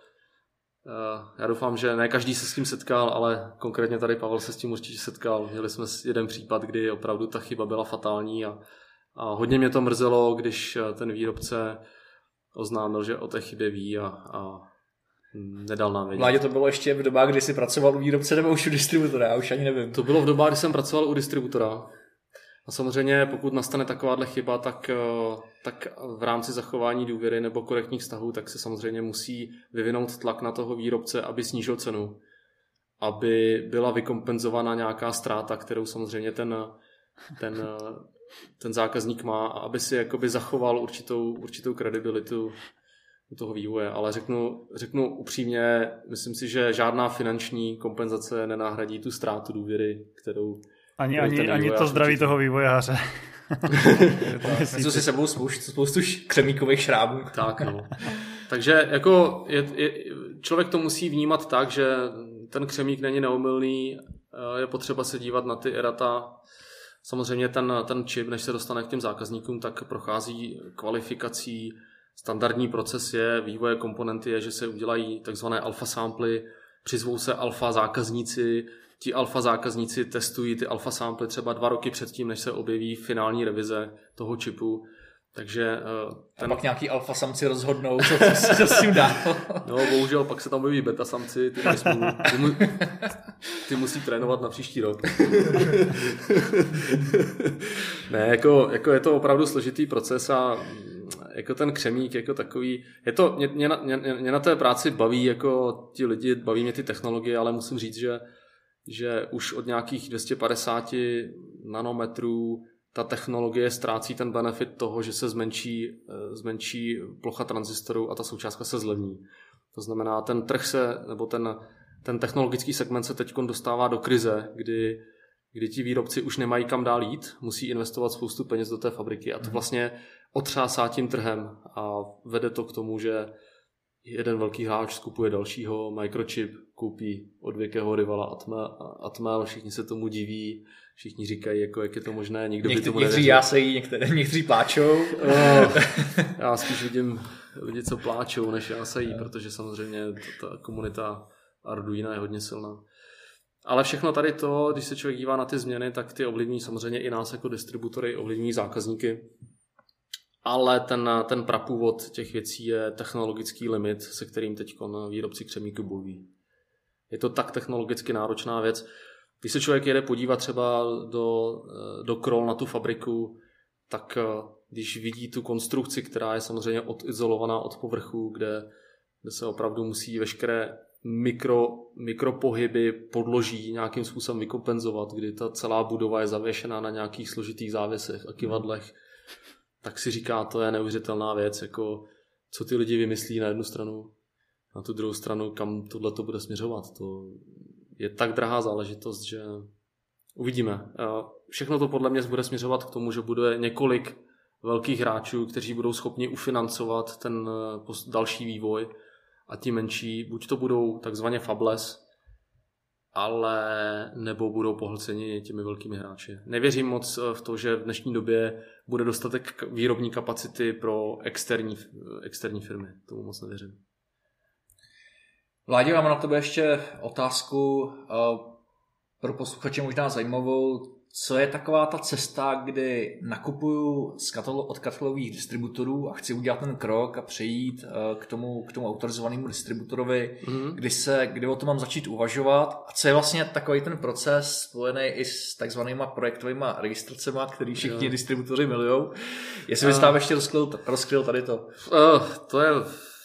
já doufám, že ne každý se s tím setkal, ale konkrétně tady Pavel se s tím určitě setkal. Měli jsme jeden případ, kdy opravdu ta chyba byla fatální a, a hodně mě to mrzelo, když ten výrobce oznámil, že o té chybě ví a, a nedal nám vědět.
Vládě to bylo ještě v dobách, kdy jsi pracoval u výrobce nebo už u distributora, já už ani nevím.
To bylo v dobách, kdy jsem pracoval u distributora. A samozřejmě, pokud nastane takováhle chyba, tak, tak v rámci zachování důvěry nebo korektních vztahů, tak se samozřejmě musí vyvinout tlak na toho výrobce, aby snížil cenu, aby byla vykompenzovaná nějaká ztráta, kterou samozřejmě ten, ten, ten zákazník má, a aby si jakoby zachoval určitou, určitou kredibilitu toho vývoje. Ale řeknu, řeknu upřímně, myslím si, že žádná finanční kompenzace nenahradí tu ztrátu důvěry, kterou
Ani, ani, ani to zdraví toho vývojáře.
Jsou si sebou spoustu, spoustu křemíkových šrábů.
Tak, no. Takže jako je, je, člověk to musí vnímat tak, že ten křemík není neomylný, je potřeba se dívat na ty erata. Samozřejmě ten, ten čip, než se dostane k těm zákazníkům, tak prochází kvalifikací. Standardní proces je, vývoje komponenty je, že se udělají takzvané alfa samply, přizvou se alfa zákazníci, ti alfa zákazníci testují ty alfa samply třeba dva roky předtím, než se objeví finální revize toho čipu. Takže
ten... A pak nějaký alfa samci rozhodnou, co, co, co s tím dá.
No, bohužel pak se tam objeví beta samci, ty, nesmů, ty, mu, ty musí trénovat na příští rok. Ne, jako, jako je to opravdu složitý proces a jako ten křemík jako takový, je to, mě, mě, mě, mě na té práci baví jako ti lidi, baví mě ty technologie, ale musím říct, že, že už od nějakých dvě stě padesát nanometrů ta technologie ztrácí ten benefit toho, že se zmenší, zmenší plocha tranzistorů a ta součástka se zlevní. To znamená, ten trh se, nebo ten, ten technologický segment se teď dostává do krize, kdy, kdy ti výrobci už nemají kam dál jít, musí investovat spoustu peněz do té fabriky a to vlastně otřásá tím trhem a vede to k tomu, že jeden velký hráč skupuje dalšího, Microchip koupí odvěkého rivala Atmel, Atmel, všichni se tomu diví, všichni říkají, jako, jak je to možné, nikdo
Někdy,
by tomu
nevěřil. Někteří jásejí, některé, někteří pláčou.
No, já spíš vidím lidi, co pláčou, než jásejí, protože samozřejmě ta, ta komunita Arduino je hodně silná. Ale všechno tady to, když se člověk dívá na ty změny, tak ty ovlivní samozřejmě i nás jako distributory, ovlivní zákazníky. Ale ten, ten prapůvod těch věcí je technologický limit, se kterým teď výrobci křemíku bojují. Je to tak technologicky náročná věc. Když se člověk jede podívat třeba do, do Kroll na tu fabriku, tak když vidí tu konstrukci, která je samozřejmě odizolovaná od povrchu, kde, kde se opravdu musí veškeré mikro, mikropohyby podloží nějakým způsobem vykompenzovat, kdy ta celá budova je zavěšená na nějakých složitých závěsech a kyvadlech, tak si říká, to je neuvěřitelná věc, jako co ty lidi vymyslí na jednu stranu, na tu druhou stranu, kam tohle to bude směřovat. To je tak drahá záležitost, že uvidíme. Všechno to podle mě bude směřovat k tomu, že bude několik velkých hráčů, kteří budou schopni ufinancovat ten další vývoj a ti menší, buď to budou takzvaně fabless, ale nebo budou pohlceni těmi velkými hráči. Nevěřím moc v to, že v dnešní době bude dostatek výrobní kapacity pro externí, externí firmy. Tomu moc nevěřím.
Vládě, mám na tebe ještě otázku pro posluchače možná zajímavou. Co je taková ta cesta, kdy nakupuju z katalo- od katalogových distributorů a chci udělat ten krok a přejít k tomu, k tomu autorizovanému distributorovi, mm-hmm. kdy, se, kdy o tom mám začít uvažovat a co je vlastně takový ten proces spojený i s takzvanýma projektovýma registracema, který všichni jo. distributoři milujou. Jestli bys tam ještě rozkryl, rozkryl tady to.
Uh, to je...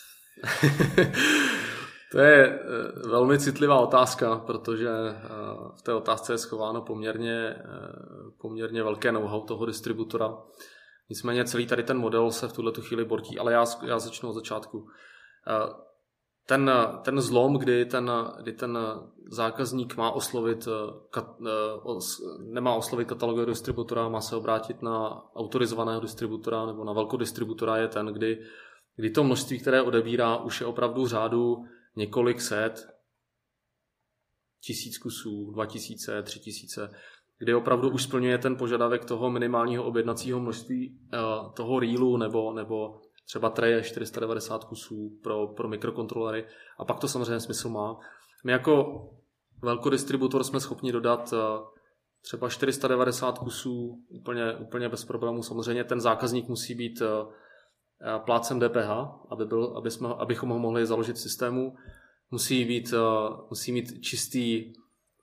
To je velmi citlivá otázka, protože v té otázce je schováno poměrně, poměrně velké know-how toho distributora. Nicméně celý tady ten model se v tuhletu chvíli bortí, ale já, já začnu od začátku. Ten, ten zlom, kdy ten, kdy ten zákazník má oslovit, nemá oslovit katalogového distributora, má se obrátit na autorizovaného distributora nebo na velkodistributora, je ten, kdy, kdy to množství, které odebírá, už je opravdu v řádu několik set, tisíc kusů, dva tisíce, tři tisíce, kdy opravdu už splňuje ten požadavek toho minimálního objednacího množství uh, toho reelu nebo, nebo třeba treje čtyři sta devadesát kusů pro, pro mikrokontrolery a pak to samozřejmě smysl má. My jako velkodistributor jsme schopni dodat uh, třeba čtyři sta devadesát kusů úplně, úplně bez problémů. Samozřejmě ten zákazník musí být uh, plátcem D P H, aby byl, aby jsme, abychom ho mohli založit v systému. Musí, být, musí mít čistý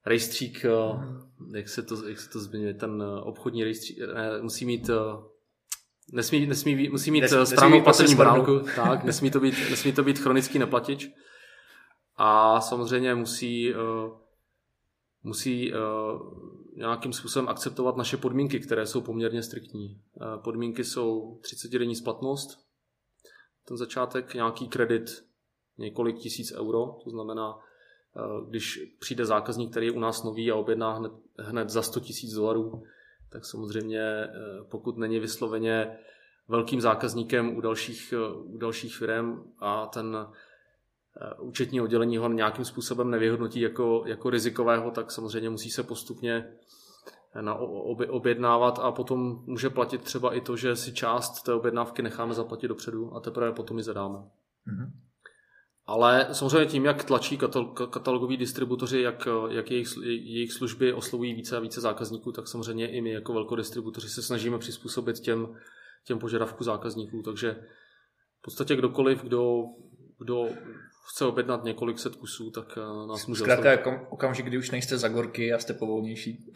rejstřík, jak se to, jak se to zmiňuje, ten obchodní rejstřík, ne, musí mít, nesmí, nesmí, musí mít Nes, správnou platební bránku, tak, nesmí to být, nesmí to být chronický neplatič a samozřejmě musí, musí nějakým způsobem akceptovat naše podmínky, které jsou poměrně striktní. Podmínky jsou třicetidenní splatnost, ten začátek, nějaký kredit několik tisíc euro, to znamená, když přijde zákazník, který je u nás nový a objedná hned, hned za sto tisíc dolarů, tak samozřejmě pokud není vysloveně velkým zákazníkem u dalších, u dalších firm a ten účetní oddělení ho nějakým způsobem nevyhodnotí jako, jako rizikového, tak samozřejmě musí se postupně na objednávat a potom může platit třeba i to, že si část té objednávky necháme zaplatit dopředu a teprve potom ji zadáme. Mm-hmm. Ale samozřejmě tím, jak tlačí katalogoví distributoři, jak, jak jejich, jejich služby oslovují více a více zákazníků, tak samozřejmě i my jako velkodistributoři se snažíme přizpůsobit těm, těm požadavků zákazníků. Takže v podstatě kdokoliv, kdo, kdo chce objednat několik set kusů, tak nás může
oslovit. Zkrátka okamžik, kdy už nejste za gorky a jste povolnější.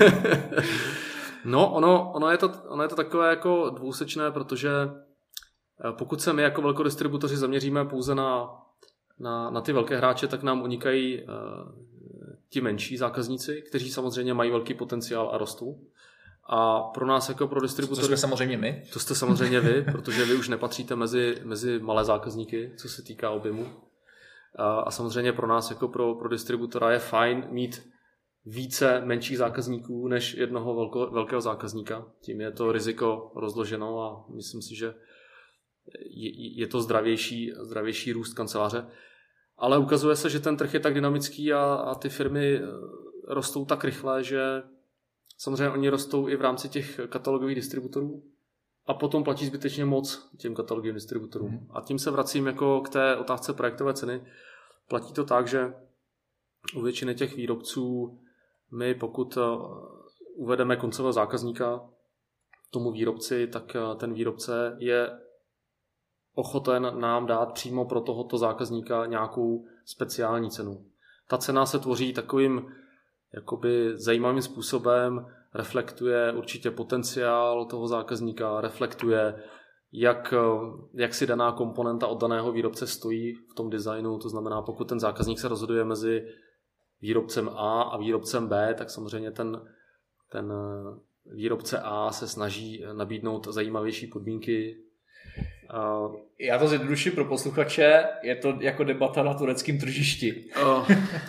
No, ono, ono, je to, ono je to takové jako dvousečné, protože pokud se my jako velkodistributoři zaměříme pouze na Na, na ty velké hráče, tak nám unikají uh, ti menší zákazníci, kteří samozřejmě mají velký potenciál a rostou. A pro nás jako pro distributory...
To jsme samozřejmě my.
To jste samozřejmě vy, protože vy už nepatříte mezi, mezi malé zákazníky, co se týká objemu. A, a samozřejmě pro nás jako pro, pro distributora je fajn mít více menších zákazníků než jednoho velko, velkého zákazníka. Tím je to riziko rozloženo a myslím si, že je, je to zdravější, zdravější růst kanceláře. Ale ukazuje se, že ten trh je tak dynamický a, a ty firmy rostou tak rychle, že samozřejmě oni rostou i v rámci těch katalogových distributorů a potom platí zbytečně moc těm katalogovým distributorům. Mm. A tím se vracím jako k té otázce projektové ceny. Platí to tak, že u většiny těch výrobců my pokud uvedeme koncového zákazníka tomu výrobci, tak ten výrobce je ochoten nám dát přímo pro tohoto zákazníka nějakou speciální cenu. Ta cena se tvoří takovým jakoby zajímavým způsobem, reflektuje určitě potenciál toho zákazníka, reflektuje, jak, jak si daná komponenta od daného výrobce stojí v tom designu. To znamená, pokud ten zákazník se rozhoduje mezi výrobcem A a výrobcem B, tak samozřejmě ten, ten výrobce A se snaží nabídnout zajímavější podmínky.
Uh, Já to zjednoduším pro posluchače, je to jako debata na tureckém tržišti. Uh,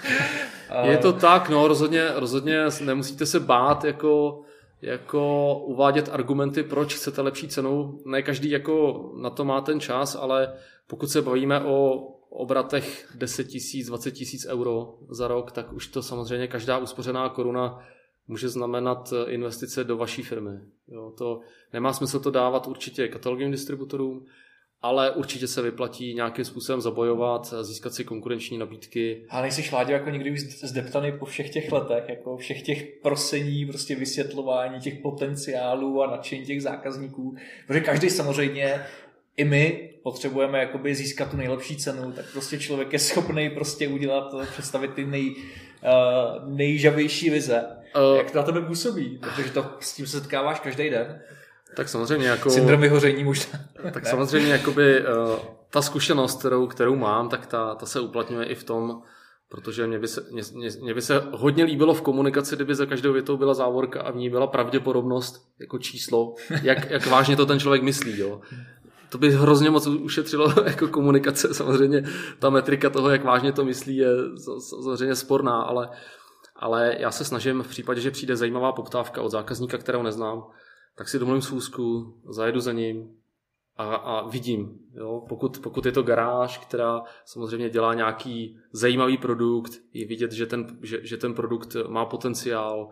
je to tak, no rozhodně, rozhodně nemusíte se bát jako, jako uvádět argumenty, proč chcete lepší cenu. Ne každý jako na to má ten čas, ale pokud se bavíme o obratech deset tisíc, dvacet tisíc euro za rok, tak už to samozřejmě každá uspořená koruna může znamenat investice do vaší firmy. Jo, to nemá smysl to dávat určitě katalogovým distributorům, ale určitě se vyplatí nějakým způsobem zabojovat, získat si konkurenční nabídky.
A nejsi Láďo jako někdy už zdeptaný po všech těch letech, jako všech těch prosení, prostě vysvětlování těch potenciálů a nadšení těch zákazníků, protože každý samozřejmě, i my potřebujeme jakoby získat tu nejlepší cenu, tak prostě člověk je schopný prostě udělat, představit ty nej, uh, nejžavější vize. Uh, Jak to na tebe působí? Protože to, s tím se setkáváš každý den.
Tak samozřejmě jako...
Syndrom vyhoření možná.
Tak ne? Samozřejmě jakoby uh, ta zkušenost, kterou, kterou mám, tak ta, ta se uplatňuje i v tom, protože mě by, se, mě, mě, mě by se hodně líbilo v komunikaci, kdyby za každou větou byla závorka a v ní byla pravděpodobnost jako číslo, jak, jak vážně to ten člověk myslí. Jo. To by hrozně moc ušetřilo jako komunikace. Samozřejmě ta metrika toho, jak vážně to myslí, je samozřejmě sporná, ale, ale já se snažím v případě, že přijde zajímavá poptávka od zákazníka, kterého neznám, tak si domluvím schůzku, zajedu za ním a, a vidím. Jo? Pokud, pokud je to garáž, která samozřejmě dělá nějaký zajímavý produkt, je vidět, že ten, že, že ten produkt má potenciál,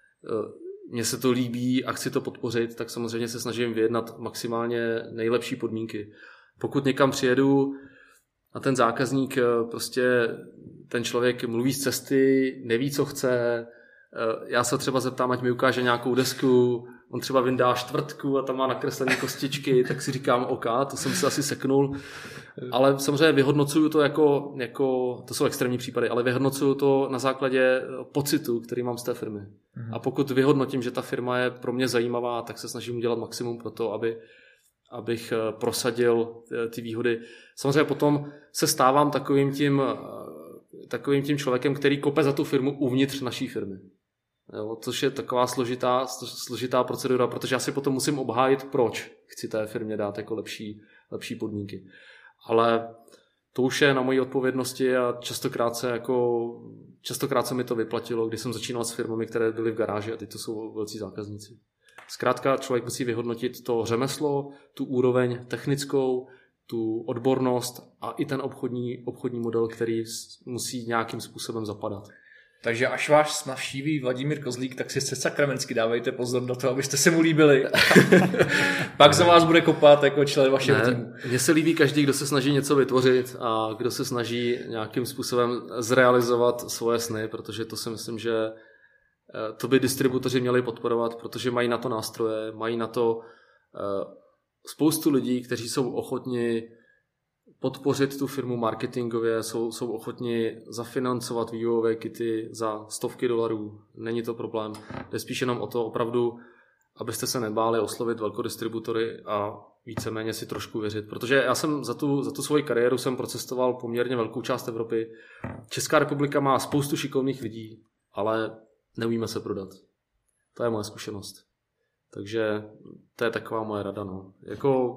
mně se to líbí a chci to podpořit, tak samozřejmě se snažím vyjednat maximálně nejlepší podmínky. Pokud někam přijedu a ten zákazník, prostě ten člověk mluví z cesty, neví, co chce, já se třeba zeptám, ať mi ukáže nějakou desku, on třeba vyndá čtvrtku a tam má nakreslené kostičky, tak si říkám OK, to jsem si asi seknul. Ale samozřejmě vyhodnocuju to jako, jako, to jsou extrémní případy, ale vyhodnocuju to na základě pocitu, který mám z té firmy. Mhm. A pokud vyhodnotím, že ta firma je pro mě zajímavá, tak se snažím udělat maximum pro to, aby, abych prosadil ty výhody. Samozřejmě potom se stávám takovým tím, takovým tím člověkem, který kope za tu firmu uvnitř naší firmy. Jo, což je taková složitá, složitá procedura, protože já si potom musím obhájit, proč chci té firmě dát jako lepší, lepší podmínky. Ale to už je na mojí odpovědnosti a častokrát se, jako, častokrát se mi to vyplatilo, když jsem začínal s firmami, které byly v garáži a teď to jsou velcí zákazníci. Zkrátka člověk musí vyhodnotit to řemeslo, tu úroveň technickou, tu odbornost a i ten obchodní, obchodní model, který musí nějakým způsobem zapadat.
Takže až váš navštíví Vladimír Kozlík, tak si se sakramensky dávejte pozor do toho, abyste se mu líbili. Pak za vás bude kopat jako člen vašeho ne, týmu.
Mně se líbí každý, kdo se snaží něco vytvořit a kdo se snaží nějakým způsobem zrealizovat svoje sny, protože to si myslím, že to by distributoři měli podporovat, protože mají na to nástroje, mají na to spoustu lidí, kteří jsou ochotni podpořit tu firmu marketingově, jsou, jsou ochotni zafinancovat vývojové kity za stovky dolarů. Není to problém. Jde spíš jenom o to opravdu, abyste se nebáli oslovit velkodistributory a víceméně si trošku věřit. Protože já jsem za tu, za tu svoji kariéru jsem procestoval poměrně velkou část Evropy. Česká republika má spoustu šikovných lidí, ale neumíme se prodat. To je moje zkušenost. Takže to je taková moje rada. No. Jako...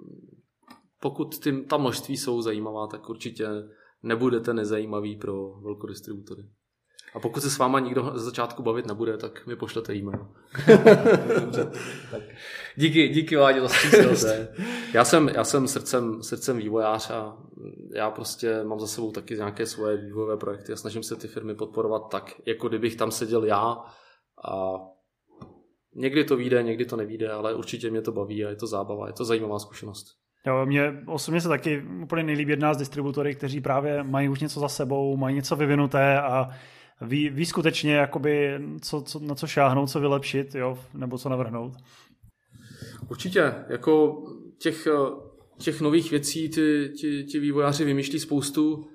Pokud ty, ta množství jsou zajímavá, tak určitě nebudete nezajímavý pro velkodistributory. A pokud se s váma nikdo ze začátku bavit nebude, tak mi pošlete e-mail.
Dobře. Tak. Díky, díky Vládě za střícnost.
Já jsem, já jsem srdcem, srdcem vývojář a já prostě mám za sebou taky nějaké svoje vývojové projekty a snažím se ty firmy podporovat tak, jako kdybych tam seděl já a někdy to vyjde, někdy to nevyjde, ale určitě mě to baví a je to zábava, je to zajímavá zkušenost.
Jo, mně osobně se taky úplně nejlíbí jedná z distributory, kteří právě mají už něco za sebou, mají něco vyvinuté a ví, ví skutečně, jakoby, co, co, na co šáhnout, co vylepšit, jo, nebo co navrhnout.
Určitě, jako těch, těch nových věcí ti, ti, ti vývojáři vymýšlí spoustu.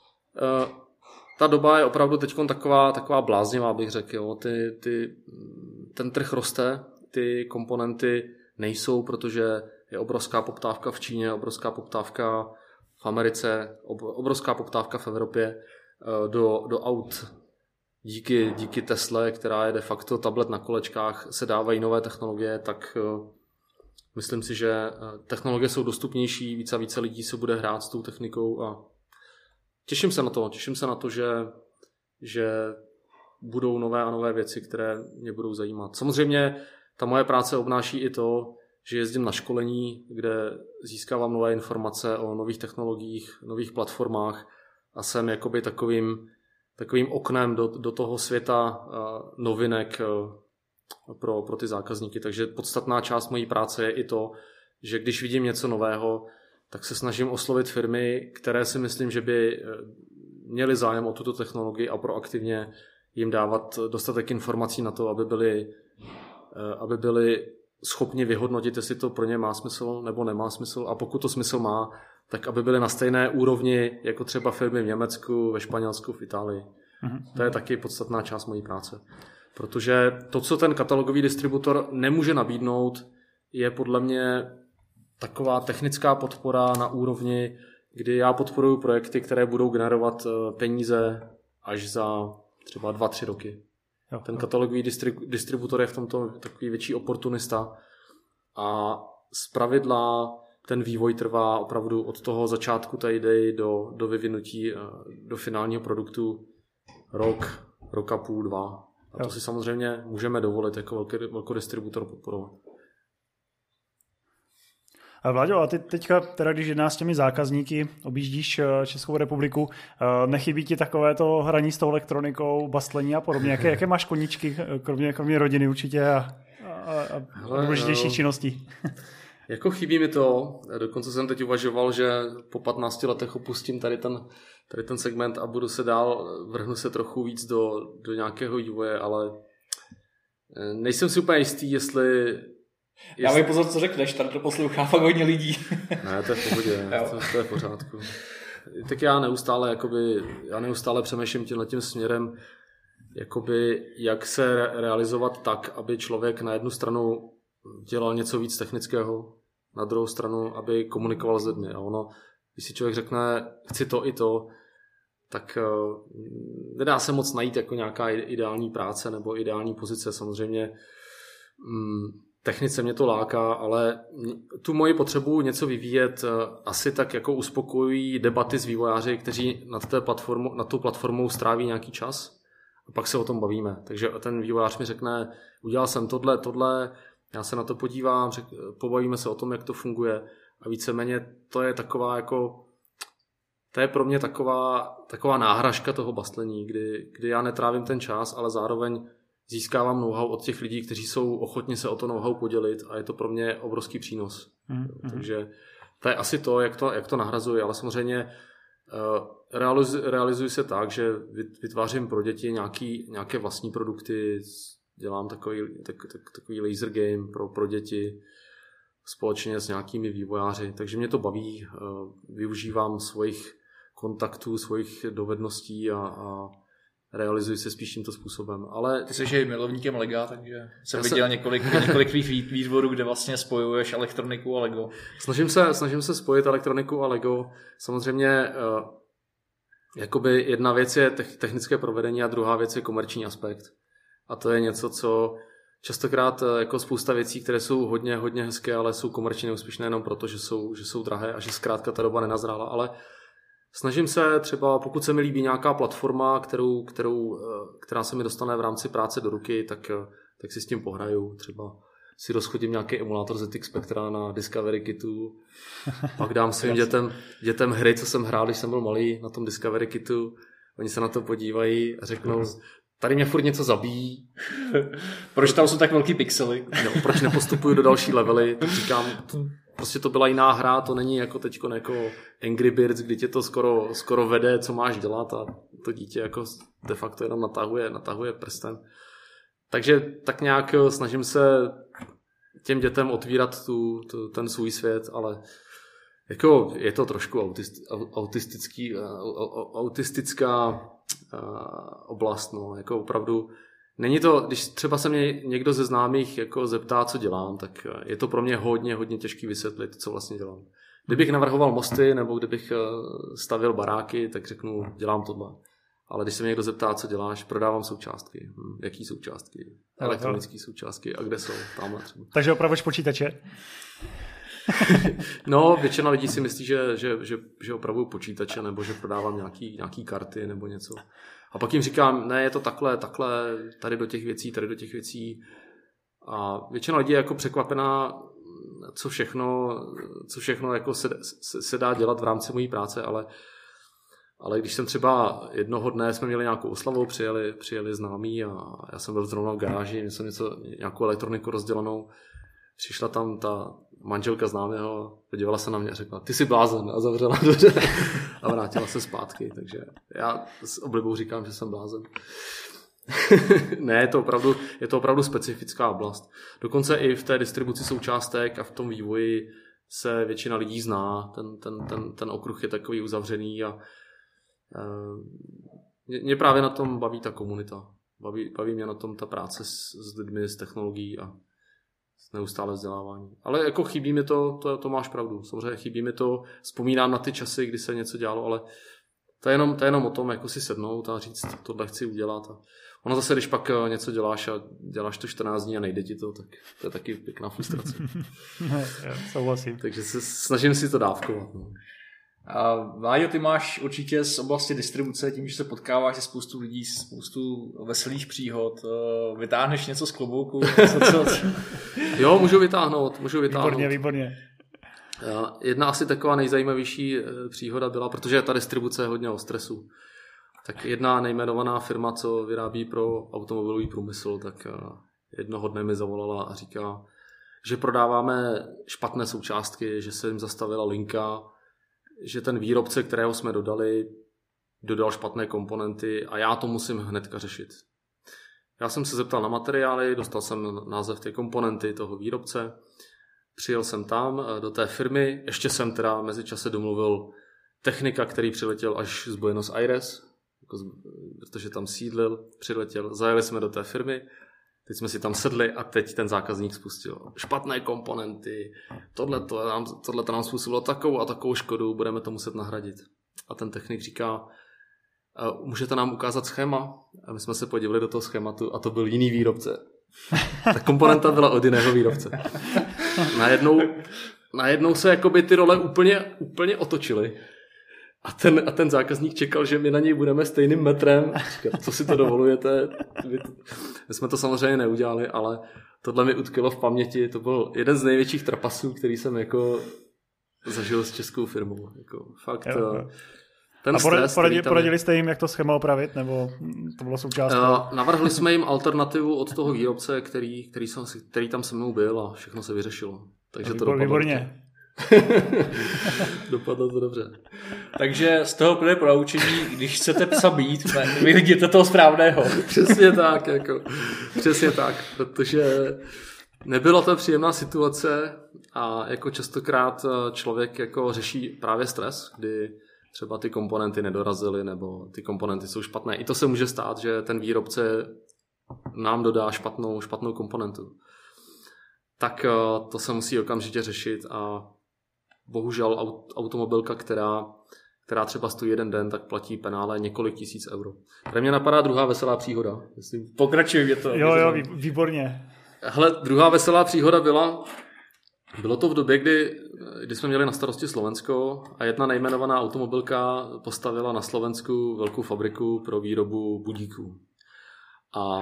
Ta doba je opravdu teď taková, taková bláznivá, bych řekl. Jo. Ty, ty, ten trh roste, ty komponenty nejsou, protože je obrovská poptávka v Číně, obrovská poptávka v Americe, obrovská poptávka v Evropě do, do aut. Díky, díky Tesle, která je de facto tablet na kolečkách, se dávají nové technologie, tak myslím si, že technologie jsou dostupnější, více a více lidí se bude hrát s tou technikou a těším se na to, těším se na to, že, že budou nové a nové věci, které mě budou zajímat. Samozřejmě ta moje práce obnáší i to, že jezdím na školení, kde získávám nové informace o nových technologiích, nových platformách a jsem jakoby takovým, takovým oknem do, do toho světa novinek pro, pro ty zákazníky. Takže podstatná část mojí práce je i to, že když vidím něco nového, tak se snažím oslovit firmy, které si myslím, že by měly zájem o tuto technologii a proaktivně jim dávat dostatek informací na to, aby byly, aby byly schopni vyhodnotit, jestli to pro ně má smysl nebo nemá smysl a pokud to smysl má, tak aby byly na stejné úrovni jako třeba firmy v Německu, ve Španělsku, v Itálii. Mm-hmm. To je taky podstatná část mojí práce. Protože to, co ten katalogový distributor nemůže nabídnout, je podle mě taková technická podpora na úrovni, kdy já podporuji projekty, které budou generovat peníze až za třeba dva, tři roky. Jo, ten katalogový distri- distributor je v tomto takový větší oportunista a zpravidla ten vývoj trvá opravdu od toho začátku té idei do, do vyvinutí, do finálního produktu rok, rok a půl, dva. A to jo. si samozřejmě můžeme dovolit jako velký, velkodistributor podporovat.
A Vláďo, a ty teďka, teda když jedná s těmi zákazníky, objíždíš Českou republiku, nechybí ti takové to hraní s tou elektronikou, bastlení a podobně? Jaké, jaké máš koníčky, kromě, kromě rodiny určitě a, a, a důležitějších činností?
Jako chybí mi to, dokonce jsem teď uvažoval, že po patnácti letech opustím tady ten, tady ten segment a budu se dál, vrhnu se trochu víc do, do nějakého vývoje, ale Nejsem si úplně jistý, jestli...
jestli... Já mi pozor, co řekneš, tady to poslouchá fakt hodně lidí.
Ne, to je v pohodě, to, to je v pořádku. Tak já neustále, jakoby, já neustále přemýšlím tímhletím směrem, jakoby, jak se realizovat tak, aby člověk na jednu stranu dělal něco víc technického, na druhou stranu, aby komunikoval s lidmi. A ono, když si člověk řekne, chci to i to, tak uh, nedá se moc najít jako nějaká ideální práce nebo ideální pozice. Samozřejmě um, technice mě to láká, ale tu moji potřebu něco vyvíjet uh, asi tak jako uspokojují debaty s vývojáři, kteří nad, té platformu, nad tou platformou stráví nějaký čas a pak se o tom bavíme. Takže ten vývojář mi řekne, udělal jsem tohle, tohle, já se na to podívám, řek, pobavíme se o tom, jak to funguje a víceméně to je taková jako to je pro mě taková, taková náhražka toho bastlení, kdy, kdy já netrávím ten čas, ale zároveň získávám know-how od těch lidí, kteří jsou ochotni se o to know-how podělit a je to pro mě obrovský přínos. Mm-hmm. Takže to je asi to, jak to, jak to nahrazuji, ale samozřejmě uh, realizuji, realizuji se tak, že vytvářím pro děti nějaký, nějaké vlastní produkty, dělám takový, tak, tak, takový laser game pro, pro děti, společně s nějakými vývojáři, takže mě to baví, využívám svojich kontaktů, svojich dovedností a, a realizuji se spíš tímto způsobem. Ale...
Ty jsi milovníkem Lega, takže jsem viděl se... několik, několik tvých výtvorů, kde vlastně spojuješ elektroniku a Lego.
Snažím se, snažím se spojit elektroniku a Lego. Samozřejmě jakoby jedna věc je technické provedení a druhá věc je komerční aspekt. A to je něco, co častokrát jako spousta věcí, které jsou hodně, hodně hezké, ale jsou komerčně neúspěšné jenom proto, že jsou, že jsou drahé a že zkrátka ta doba nenazrála. Ale snažím se třeba, pokud se mi líbí nějaká platforma, kterou, kterou, která se mi dostane v rámci práce do ruky, tak, tak si s tím pohraju. Třeba si rozchodím nějaký emulátor Z X Spectra na Discovery Kitu, pak dám svým dětem, dětem hry, co jsem hrál, když jsem byl malý na tom Discovery Kitu. Oni se na to podívají a řeknou... Tady mě furt něco zabíjí.
Proč tam jsou tak velký pixely?
No, proč nepostupuju do další levely? Tak říkám, to, prostě to byla jiná hra, to není jako teďko jako Angry Birds, kdy tě to skoro, skoro vede, co máš dělat a to dítě jako de facto jenom natahuje, natahuje prstem. Takže tak nějak snažím se těm dětem otvírat tu, tu, ten svůj svět, ale jako je to trošku autist, autistický, autistická oblast, no, jako opravdu není to, když třeba se mě někdo ze známých jako zeptá, co dělám, tak je to pro mě hodně, hodně těžký vysvětlit, co vlastně dělám. Kdybych navrhoval mosty nebo kdybych stavěl baráky, tak řeknu, dělám tohle. Ale když se mě někdo zeptá, co děláš, prodávám součástky. Hm, jaký součástky? Elektronické součástky. A kde jsou? Tamhle třeba.
Takže opravuješ počítače?
No, většina lidí si myslí, že, že, že, že opravuju počítače nebo že prodávám nějaký, nějaký karty nebo něco. A pak jim říkám, ne, je to takhle, takhle, tady do těch věcí, tady do těch věcí. A většina lidí je jako překvapená, co všechno, co všechno jako se, se, se dá dělat v rámci mojí práce, ale, ale když jsem třeba jednoho dne jsme měli nějakou oslavu, přijeli, přijeli známí a já jsem byl zrovna v garáži, měl jsem něco, nějakou elektroniku rozdělanou. Přišla tam ta manželka známého, podívala se na mě a řekla, ty jsi blázen, a zavřela dveře a vrátila se zpátky, takže já s oblibou říkám, že jsem blázen. Ne, je to, opravdu, je to opravdu specifická oblast. Dokonce i v té distribuci součástek a v tom vývoji se většina lidí zná, ten, ten, ten, ten okruh je takový uzavřený a uh, mě, mě právě na tom baví ta komunita. Baví, baví mě na tom ta práce s, s lidmi, s technologií a neustále vzdělávání. Ale jako chybí mi to, to, to máš pravdu. Samozřejmě chybí mi to, vzpomínám na ty časy, kdy se něco dělalo, ale to je jenom, to je jenom o tom, jako si sednout a říct, tohle chci udělat. A ono zase, když pak něco děláš a děláš to čtrnáct dní a nejde ti to, tak to je taky pěkná frustrace.
Souhlasím.
Takže se snažím si to dávkovat. No.
A Vájo, ty máš určitě z oblasti distribuce, tím, že se potkáváš se spoustu lidí, spoustu veselých příhod, vytáhneš něco z klobouku? Co, co, co?
Jo, můžu vytáhnout, můžu vytáhnout.
Výborně, výborně.
Jedna asi taková nejzajímavější příhoda byla, protože ta distribuce je hodně o stresu. Tak jedna nejmenovaná firma, co vyrábí pro automobilový průmysl, tak jednoho dne mi zavolala a říká, že prodáváme špatné součástky, že se jim zastavila linka, že ten výrobce, kterého jsme dodali, dodal špatné komponenty a já to musím hnedka řešit. Já jsem se zeptal na materiály, dostal jsem název té komponenty toho výrobce, přijel jsem tam do té firmy, ještě jsem teda mezičase domluvil technika, který přiletěl až z Buenos Aires, jako z, protože tam sídlil, přiletěl, zajeli jsme do té firmy, teď jsme si tam sedli a teď ten zákazník spustil špatné komponenty, tohleto nám, tohleto nám způsobilo takovou a takovou škodu, budeme to muset nahradit. A ten technik říká, můžete nám ukázat schéma? A my jsme se podívali do toho schématu a to byl jiný výrobce. Ta komponenta byla od jiného výrobce. Najednou, najednou se jakoby ty role úplně, úplně otočily. A ten, a ten zákazník čekal, že my na něj budeme stejným metrem. Říkal, co si to dovolujete? My jsme to samozřejmě neudělali, ale tohle mi utkvělo v paměti. To byl jeden z největších trapasů, který jsem jako zažil s českou firmou. Jako fakt... Jo, jo. Ten
a
stres,
poradili, poradili jste jim, jak to schéma opravit, nebo to bylo součástí?
Uh, navrhli jsme jim alternativu od toho výrobce, který, který, jsem, který tam se mnou byl a všechno se vyřešilo. Takže to dopadlo.
Výborně.
Dopadlo to dobře.
Takže z toho bude poučení, když chcete psa být, vyhodíte toho správného.
Přesně tak, jako. Přesně tak, protože nebyla to příjemná situace a jako častokrát člověk jako řeší právě stres, kdy třeba ty komponenty nedorazily nebo ty komponenty jsou špatné. I to se může stát, že ten výrobce nám dodá špatnou, špatnou komponentu. Tak to se musí okamžitě řešit a bohužel automobilka, která, která třeba stojí jeden den, tak platí penále několik tisíc euro. Tady mě napadá druhá veselá příhoda. Jestli...
Pokračuj, je to.
Jo, jo, výborně.
Hele, druhá veselá příhoda byla, bylo to v době, kdy, kdy jsme měli na starosti Slovensko a jedna nejmenovaná automobilka postavila na Slovensku velkou fabriku pro výrobu budíků. A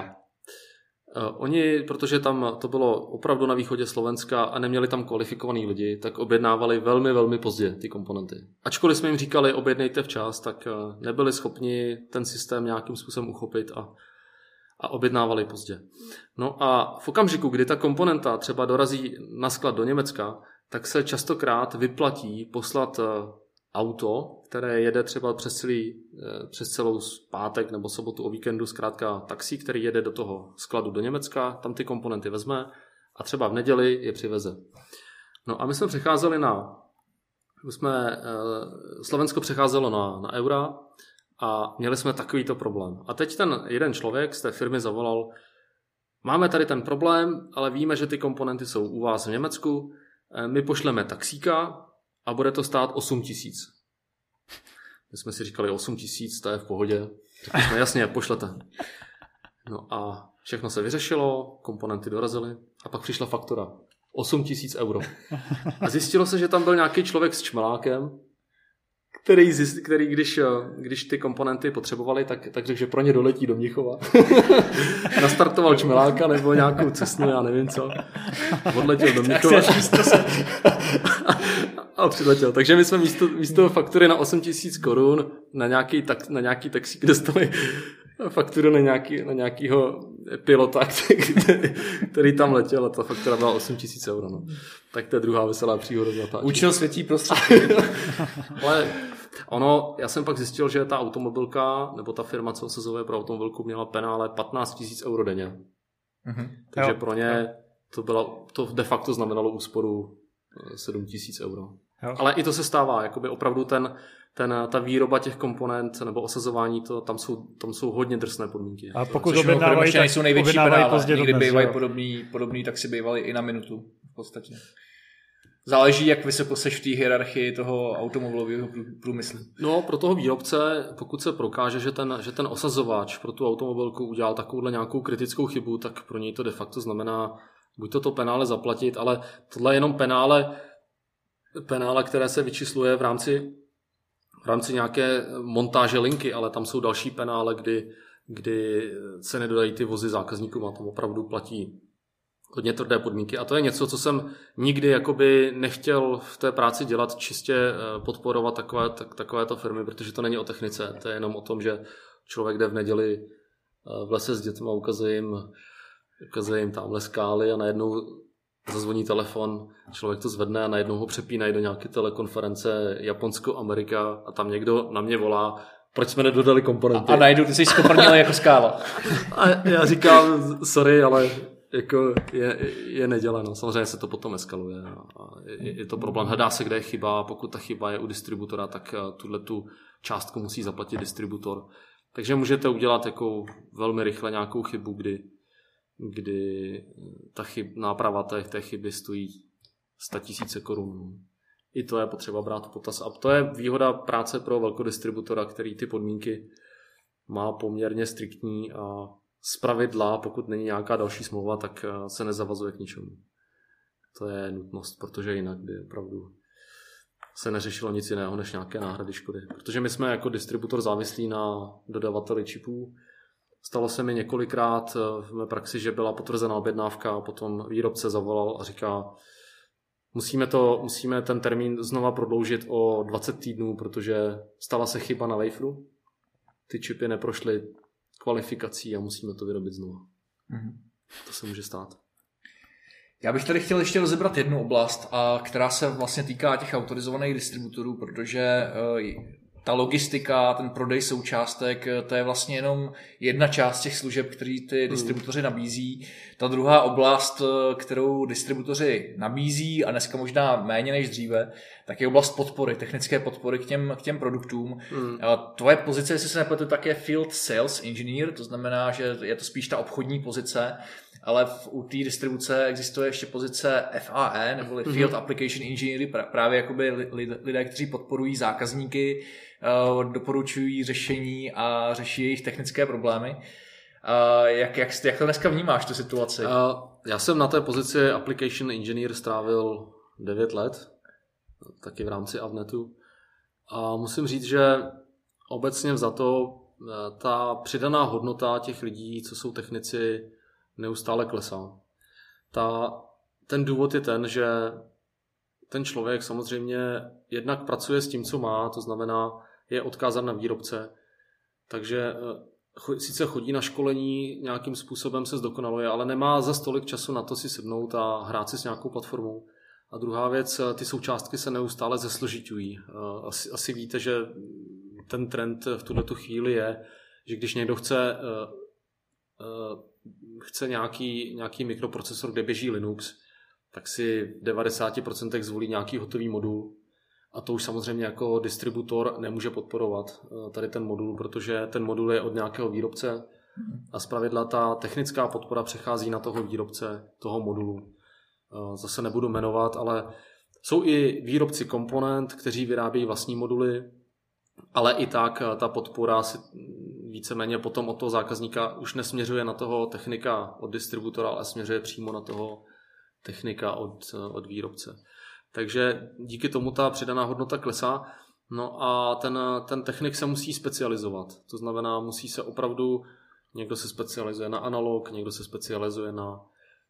oni, protože tam to bylo opravdu na východě Slovenska a neměli tam kvalifikovaný lidi, tak objednávali velmi, velmi pozdě ty komponenty. Ačkoliv jsme jim říkali, objednejte včas, tak nebyli schopni ten systém nějakým způsobem uchopit a, a objednávali pozdě. No a v okamžiku, kdy ta komponenta třeba dorazí na sklad do Německa, tak se častokrát vyplatí poslat auto, které jede třeba přes, celý, přes celou pátek nebo sobotu o víkendu, zkrátka taxi, který jede do toho skladu do Německa, tam ty komponenty vezme a třeba v neděli je přiveze. No a my jsme přecházeli na, my jsme, Slovensko přecházelo na, na eura a měli jsme takovýto problém. A teď ten jeden člověk z té firmy zavolal, máme tady ten problém, ale víme, že ty komponenty jsou u vás v Německu, my pošleme taxíka, a bude to stát osm tisíc. My jsme si říkali osm tisíc, to je v pohodě. Řekli jsme, jasně, pošlete. No a všechno se vyřešilo, komponenty dorazily a pak přišla faktura. osm tisíc euro. A zjistilo se, že tam byl nějaký člověk s čmelákem, který, zjist, který když, když ty komponenty potřebovali, tak, tak řekl, že pro ně doletí do Mnichova. Nastartoval čmeláka nebo nějakou cestnu, já nevím co. Odletěl do Mnichova. A přiletěl. Takže my jsme místo, místo faktury na osm tisíc korun na nějaký, tak, na nějaký taxík dostali fakturu na, nějaký, na nějakýho pilota, který, který tam letěl a ta faktura byla osm tisíc euro. No. Tak to je druhá veselá příhoda z natáčení.
Účel světí prostředky.
Ale ono, já jsem pak zjistil, že ta automobilka, nebo ta firma, co osazuje pro automobilku, měla penále patnáct tisíc euro denně. Mm-hmm. Takže jo, pro ně to, bylo, to de facto znamenalo úsporu sedm tisíc euro. Jo. Ale i to se stává, jakoby opravdu ten, ten, ta výroba těch komponent nebo osazování, to, tam, jsou, tam jsou hodně drsné podmínky.
A pokud objednávají, tak
jsou největší penále. Někdy bývají podobný, podobný, tak si bývaly i na minutu v podstatě. Záleží, jak vysoko seš v té hierarchii toho automobilového průmyslu.
No, pro toho výrobce, pokud se prokáže, že ten, že ten osazovač pro tu automobilku udělal takovouhle nějakou kritickou chybu, tak pro něj to de facto znamená buď to to penále zaplatit, ale tohle je jenom penále, penále, které se vyčísluje v rámci, v rámci nějaké montáže linky, ale tam jsou další penále, kdy, kdy se nedodají ty vozy zákazníkům a tam opravdu platí hodně tvrdé podmínky. A to je něco, co jsem nikdy jakoby nechtěl v té práci dělat, čistě podporovat takové, tak, takovéto firmy, protože to není o technice. To je jenom o tom, že člověk jde v neděli v lese s dětmi a ukazuje jim, ukazuje jim tamhle skály a najednou zazvoní telefon, člověk to zvedne a najednou ho přepínají do nějaké telekonference Japonsko, Amerika a tam někdo na mě volá, proč jsme nedodali komponenty.
A, a najdu, ty jsi skoprnil jako skála.
A já říkám, sorry, ale jako je, je nedělé, no. Samozřejmě se to potom eskaluje. A je, je to problém. Hledá se, kde je chyba. Pokud ta chyba je u distributora, tak tuhle tu částku musí zaplatit distributor. Takže můžete udělat jako velmi rychle nějakou chybu, kdy, kdy ta chyb, náprava té, té chyby stojí sto tisíc korun. I to je potřeba brát v potaz. A to je výhoda práce pro velkodistributora, který ty podmínky má poměrně striktní a zpravidla, pokud není nějaká další smlouva, tak se nezavazuje k ničemu. To je nutnost, protože jinak by opravdu se neřešilo nic jiného než nějaké náhrady škody. Protože my jsme jako distributor závislí na dodavateli čipů. Stalo se mi několikrát v mé praxi, že byla potvrzená objednávka a potom výrobce zavolal a říká, musíme, to, musíme ten termín znova prodloužit o dvacet týdnů, protože stala se chyba na waferu. Ty čipy neprošly kvalifikací a musíme to vyrobit znova. Mm-hmm. To se může stát.
Já bych tady chtěl ještě rozebrat jednu oblast, a která se vlastně týká těch autorizovaných distributorů, protože ta logistika, ten prodej součástek, to je vlastně jenom jedna část těch služeb, které ty distributoři nabízí. Ta druhá oblast, kterou distributoři nabízí, a dneska možná méně než dříve, tak je oblast podpory, technické podpory k těm, k těm produktům. Hmm. Tvoje pozice, jestli se nepletu, tak je Field Sales Engineer, to znamená, že je to spíš ta obchodní pozice, ale v, u té distribuce existuje ještě pozice F A E, neboli Field mm-hmm. Application Engineer, právě jakoby lidé, kteří podporují zákazníky, doporučují řešení a řeší jejich technické problémy. Jak, jak, jak to dneska vnímáš, tu situaci?
Já jsem na té pozici Application Engineer strávil devět let, taky v rámci Avnetu. A musím říct, že obecně vzato ta přidaná hodnota těch lidí, co jsou technici, neustále klesá. Ta, ten důvod je ten, že ten člověk samozřejmě jednak pracuje s tím, co má, to znamená, je odkázán na výrobce, takže sice chodí na školení, nějakým způsobem se zdokonaluje, ale nemá za tolik času na to si sednout a hrát si s nějakou platformou. A druhá věc, ty součástky se neustále zesložiťují. Asi, asi víte, že ten trend v tuhletu chvíli je, že když někdo chce chce nějaký, nějaký mikroprocesor, kde běží Linux, tak si v devadesát procent zvolí nějaký hotový modul. A to už samozřejmě jako distributor nemůže podporovat tady ten modul, protože ten modul je od nějakého výrobce a zpravidla ta technická podpora přechází na toho výrobce toho modulu. Zase nebudu jmenovat, ale jsou i výrobci komponent, kteří vyrábějí vlastní moduly, ale i tak ta podpora si víceméně potom od toho zákazníka už nesměřuje na toho technika od distributora, ale směřuje přímo na toho technika od, od výrobce. Takže díky tomu ta přidaná hodnota klesá. No a ten, ten technik se musí specializovat. To znamená, musí se opravdu, někdo se specializuje na analog, někdo se specializuje na,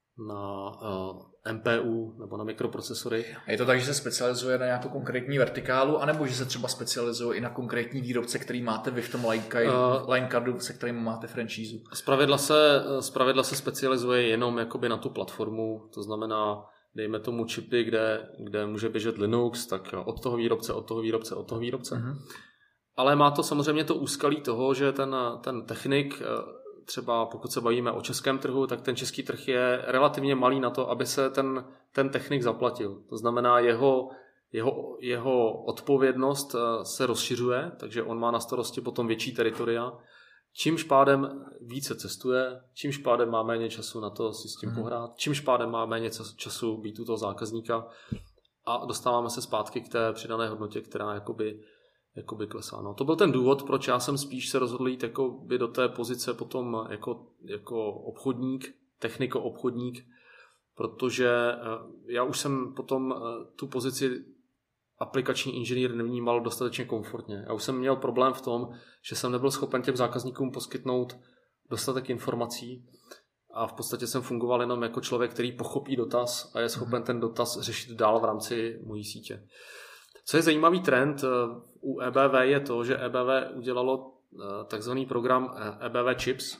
na uh, M P U nebo na mikroprocesory.
A je to tak, že se specializuje na nějakou konkrétní vertikálu, anebo že se třeba specializuje i na konkrétní výrobce, který máte vy v tom line, uh, line cardu, se kterým máte franšízu?
Zpravidla se, zpravidla se specializuje jenom jakoby na tu platformu, to znamená, dejme tomu čipy, kde, kde může běžet Linux, tak od toho výrobce, od toho výrobce, od toho výrobce. Uh-huh. Ale má to samozřejmě to úskalí toho, že ten, ten technik, třeba pokud se bavíme o českém trhu, tak ten český trh je relativně malý na to, aby se ten, ten technik zaplatil. To znamená, jeho, jeho, jeho odpovědnost se rozšiřuje, takže on má na starosti potom větší teritoria. Čímž pádem více cestuje, čímž pádem má méně času na to si s tím pohrát, čímž pádem má méně času být u toho zákazníka a dostáváme se zpátky k té přidané hodnotě, která jakoby, jakoby klesá. No, to byl ten důvod, proč já jsem spíš se rozhodl jít jakoby do té pozice potom jako, jako obchodník, techniko-obchodník, protože já už jsem potom tu pozici aplikační inženýr nevnímal dostatečně komfortně. Já už jsem měl problém v tom, že jsem nebyl schopen těm zákazníkům poskytnout dostatek informací a v podstatě jsem fungoval jenom jako člověk, který pochopí dotaz a je schopen ten dotaz řešit dál v rámci mojí sítě. Co je zajímavý trend u E B V je to, že E B V udělalo takzvaný program E B V Chips,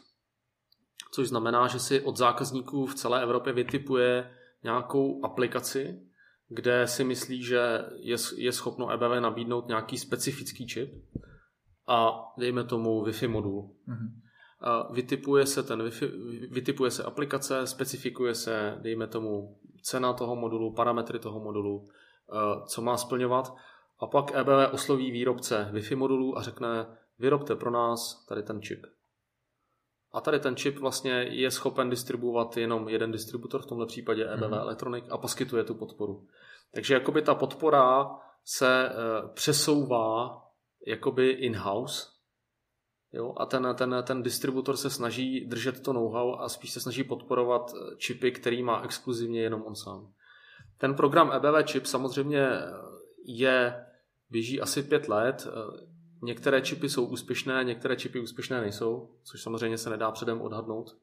což znamená, že si od zákazníků v celé Evropě vytipuje nějakou aplikaci, kde si myslí, že je, je schopno E B V nabídnout nějaký specifický čip a dejme tomu Wi-Fi modul. Mm-hmm. Vytipuje se ten Wi-Fi, vytipuje se aplikace, specifikuje se, dejme tomu, cena toho modulu, parametry toho modulu, co má splňovat. A pak E B V osloví výrobce Wi-Fi modulů a řekne, vyrobte pro nás tady ten čip. A tady ten čip vlastně je schopen distribuovat jenom jeden distributor, v tomhle případě E B V mm-hmm. Electronic, a poskytuje tu podporu. Takže jakoby ta podpora se uh, přesouvá jakoby in-house, jo? A ten, ten, ten distributor se snaží držet to know-how a spíš se snaží podporovat čipy, který má exkluzivně jenom on sám. Ten program E B V čip samozřejmě je, běží asi pět let. Některé čipy jsou úspěšné, některé čipy úspěšné nejsou, což samozřejmě se nedá předem odhadnout.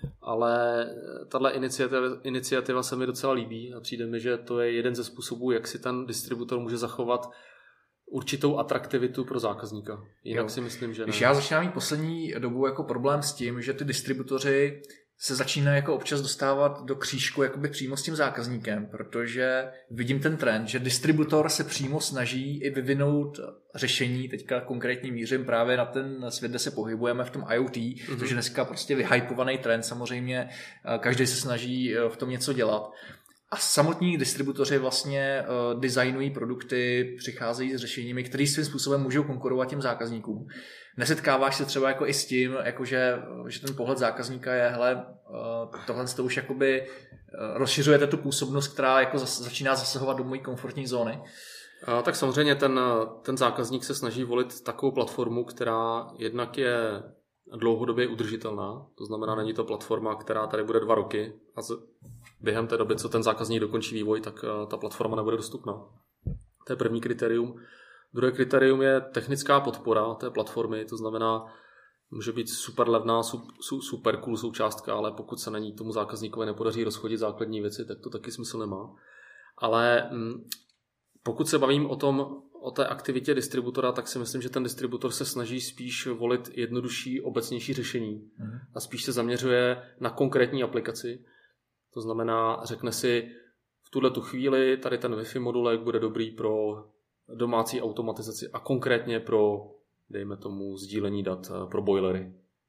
Ale tahle iniciativa, iniciativa se mi docela líbí a přijde mi, že to je jeden ze způsobů, jak si ten distributor může zachovat určitou atraktivitu pro zákazníka. Jinak jo. si myslím, že ne.
Když já začínám mít poslední dobu jako problém s tím, že ty distributoři se začínají jako občas dostávat do křížku jakoby přímo s tím zákazníkem, protože vidím ten trend, že distributor se přímo snaží i vyvinout řešení, teďka konkrétně mířím právě na ten svět, kde se pohybujeme v tom IoT, mm-hmm. což je dneska prostě vyhypovaný trend, samozřejmě každý se snaží v tom něco dělat. A samotní distributoři vlastně uh, designují produkty, přicházejí s řešeními, které svým způsobem můžou konkurovat těm zákazníkům. Nesetkáváš se třeba jako i s tím, jakože, že ten pohled zákazníka je, hele, uh, tohle to už jakoby uh, rozšiřujete tu působnost, která jako zas, začíná zasahovat do mojí komfortní zóny?
A, tak samozřejmě ten, ten zákazník se snaží volit takovou platformu, která jednak je dlouhodobě udržitelná. To znamená, není to platforma, která tady bude dva roky a z, během té doby, co ten zákazník dokončí vývoj, tak uh, ta platforma nebude dostupná. To je první kritérium. Druhé kritérium je technická podpora té platformy, to znamená, může být super levná, super cool součástka, ale pokud se na ní tomu zákazníkovi nepodaří rozchodit základní věci, tak to taky smysl nemá. Ale hm, pokud se bavím o tom, o té aktivitě distributora, tak si myslím, že ten distributor se snaží spíš volit jednodušší, obecnější řešení mm. a spíš se zaměřuje na konkrétní aplikaci. To znamená, řekne si, v tuhletu chvíli tady ten Wi-Fi modulek bude dobrý pro domácí automatizaci a konkrétně pro, dejme tomu, sdílení dat pro boilery.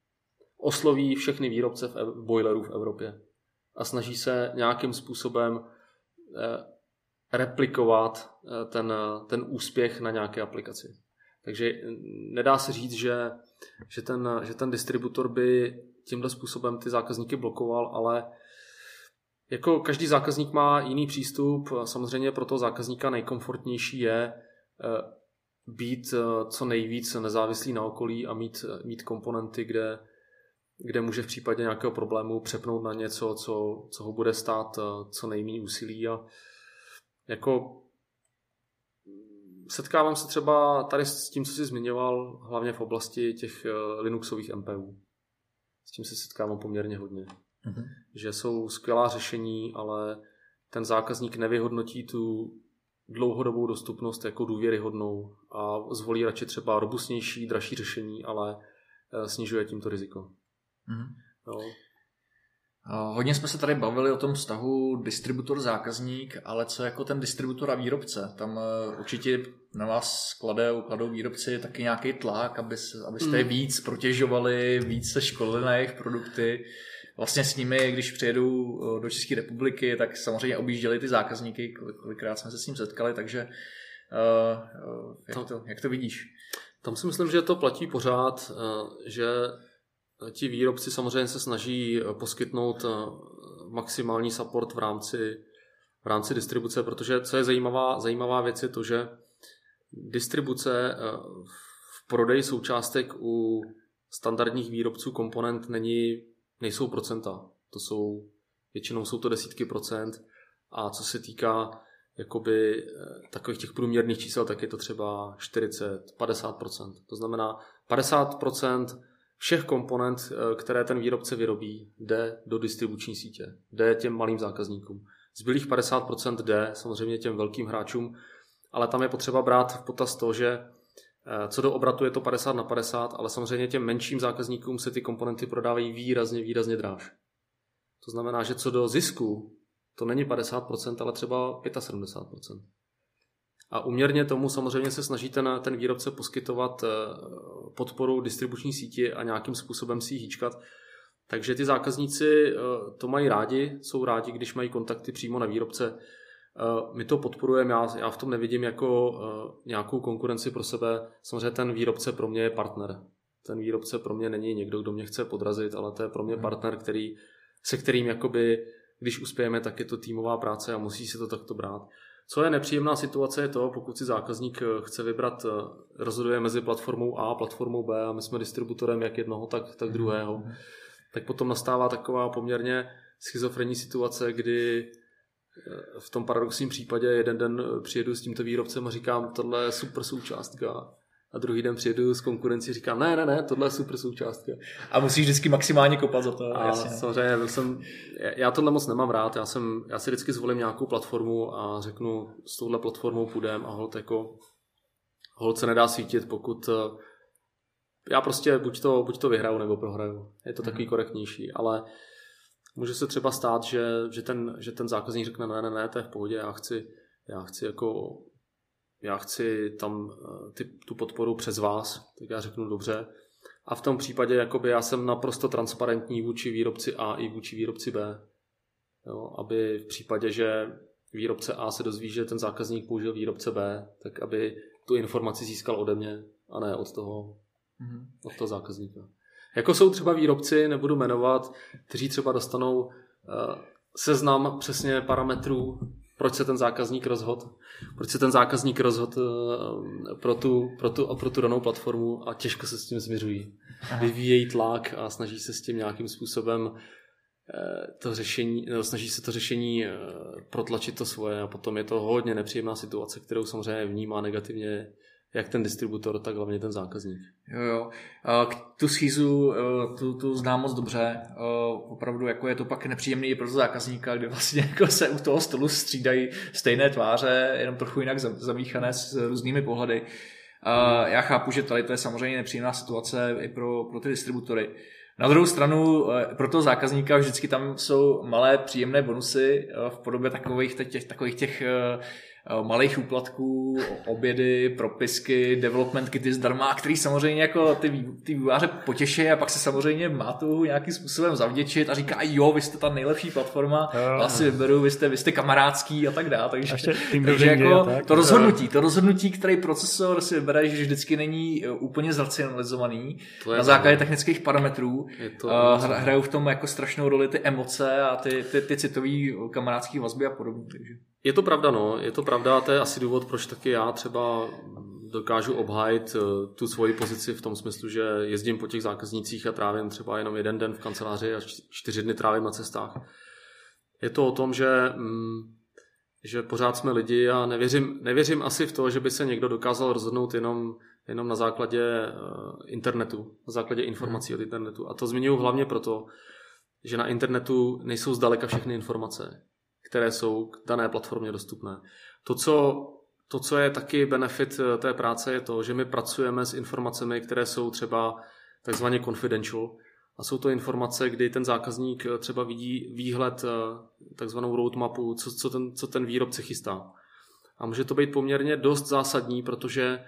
Osloví všechny výrobce v boilerů v Evropě a snaží se nějakým způsobem replikovat ten, ten úspěch na nějaké aplikaci. Takže nedá se říct, že, že, ten, že ten distributor by tímhle způsobem ty zákazníky blokoval, ale jako každý zákazník má jiný přístup. Samozřejmě pro toho zákazníka nejkomfortnější je být co nejvíc nezávislý na okolí a mít, mít komponenty, kde, kde může v případě nějakého problému přepnout na něco, co, co ho bude stát co nejméně úsilí. A jako setkávám se třeba tady s tím, co jsi zmiňoval, hlavně v oblasti těch Linuxových M P U. S tím se setkávám poměrně hodně. Mm-hmm. Že jsou skvělá řešení, ale ten zákazník nevyhodnotí tu dlouhodobou dostupnost jako důvěryhodnou a zvolí radši třeba robustnější, dražší řešení, ale snižuje tímto riziko. Mm-hmm. No.
Hodně jsme se tady bavili o tom vztahu distributor-zákazník, ale co jako ten distributor a výrobce? Tam určitě na vás kladou, kladou výrobci taky nějaký tlak, aby, abyste je mm. víc protěžovali, víc se školili na jejich produkty. Vlastně s nimi, když přijedu do České republiky, tak samozřejmě objížděli ty zákazníky, kolikrát jsme se s ním setkali, takže uh, jak, to, jak to vidíš?
Tam si myslím, že to platí pořád, že ti výrobci samozřejmě se snaží poskytnout maximální support v rámci, v rámci distribuce, protože co je zajímavá, zajímavá věc je to, že distribuce v prodeji součástek u standardních výrobců komponent není, nejsou procenta. To jsou, většinou jsou to desítky procent a co se týká jakoby takových těch průměrných čísel, tak je to třeba čtyřicet až padesát procent. To znamená padesát procent všech komponent, které ten výrobce vyrobí, jde do distribuční sítě, jde těm malým zákazníkům. Zbylých padesát procent jde samozřejmě těm velkým hráčům, ale tam je potřeba brát v potaz to, že co do obratu je to padesát na padesát, ale samozřejmě těm menším zákazníkům se ty komponenty prodávají výrazně, výrazně dráž. To znamená, že co do zisku, to není padesát procent, ale třeba sedmdesát pět procent. A uměrně tomu samozřejmě se snaží ten, ten výrobce poskytovat podporu distribuční síti a nějakým způsobem si ji hýčkat. Takže ty zákazníci to mají rádi, jsou rádi, když mají kontakty přímo na výrobce. My to podporujeme, já, já v tom nevidím jako nějakou konkurenci pro sebe. Samozřejmě ten výrobce pro mě je partner. Ten výrobce pro mě není někdo, kdo mě chce podrazit, ale to je pro mě partner, který, se kterým jakoby, když uspějeme, tak je to týmová práce a musí si to takto brát. Co je nepříjemná situace je to, pokud si zákazník chce vybrat, rozhoduje mezi platformou A a platformou B a my jsme distributorem jak jednoho, tak, tak druhého, tak potom nastává taková poměrně schizofrenní situace, kdy v tom paradoxním případě jeden den přijedu s tímto výrobcem a říkám, tohle je super součástka. A druhý den přijedu s konkurencí a říkám, ne, ne, ne, tohle je super součástka.
A musíš vždycky maximálně kopat za to.
A jasně. Samozřejmě, jsem, já tohle moc nemám rád, já, jsem, já si vždycky zvolím nějakou platformu a řeknu, s touhle platformou půjdem a holt jako, holt se nedá svítit, pokud já prostě buď to, buď to vyhraju nebo prohraju. Je to takový mm-hmm. korektnější, ale může se třeba stát, že, že, ten, že ten zákazník řekne, ne, ne, ne, to je v pohodě, já chci, já chci jako... já chci tam ty, tu podporu přes vás, tak já řeknu dobře. A v tom případě jakoby já jsem naprosto transparentní vůči výrobci A i vůči výrobci B. Jo, aby v případě, že výrobce A se dozví, že ten zákazník použil výrobce B, tak aby tu informaci získal ode mě a ne od toho, mm-hmm. od toho zákazníka. Jako jsou třeba výrobci, nebudu jmenovat, kteří třeba dostanou uh, seznam přesně parametrů, proč se ten zákazník rozhodl, proč se ten zákazník rozhodl pro tu, pro tu, pro tu danou platformu a těžko se s tím směřují. Vyvíjejí tlak a snaží se s tím nějakým způsobem to řešení, snaží se to řešení protlačit to svoje a potom je to hodně nepříjemná situace, kterou samozřejmě vnímá negativně jak ten distributor, tak hlavně ten zákazník.
Jo, jo. Tu schýzu, tu, tu znám moc dobře. Opravdu jako je to pak nepříjemný i pro zákazníka, kdy vlastně jako se u toho stolu střídají stejné tváře, jenom trochu jinak zamíchané s různými pohledy. Já chápu, že tady to je samozřejmě nepříjemná situace i pro, pro ty distributory. Na druhou stranu, pro toho zákazníka vždycky tam jsou malé příjemné bonusy v podobě takových těch, takových těch malých úplatků, obědy, propisky, development kity zdarma, který samozřejmě jako ty, ty vývojáře potěší a pak se samozřejmě má tu nějakým způsobem zavděčit a říká, jo, vy jste ta nejlepší platforma, já si vyberu, vy jste, vy jste kamarádský a tak dále. Takže, takže jako tak, to rozhodnutí, to rozhodnutí, který procesor si vybere, že vždycky není úplně zracionalizovaný na základě technických parametrů. Hrajou v tom jako strašnou roli ty emoce a ty, ty, ty citové kamarádské vazby a podobně. Takže.
Je to pravda, no, je to pravda, to je asi důvod, proč taky já třeba dokážu obhájit tu svoji pozici v tom smyslu, že jezdím po těch zákaznících a trávím třeba jenom jeden den v kanceláři a čtyři dny trávím na cestách. Je to o tom, že, že pořád jsme lidi a nevěřím, nevěřím asi v to, že by se někdo dokázal rozhodnout jenom, jenom na základě internetu, na základě informací od internetu. A to zmiňuji hlavně proto, že na internetu nejsou zdaleka všechny informace, které jsou k dané platformě dostupné. To co, to, co je taky benefit té práce, je to, že my pracujeme s informacemi, které jsou třeba takzvaně confidential. A jsou to informace, kdy ten zákazník třeba vidí výhled, takzvanou roadmapu, co, co, ten, co ten výrobce chystá. A může to být poměrně dost zásadní, protože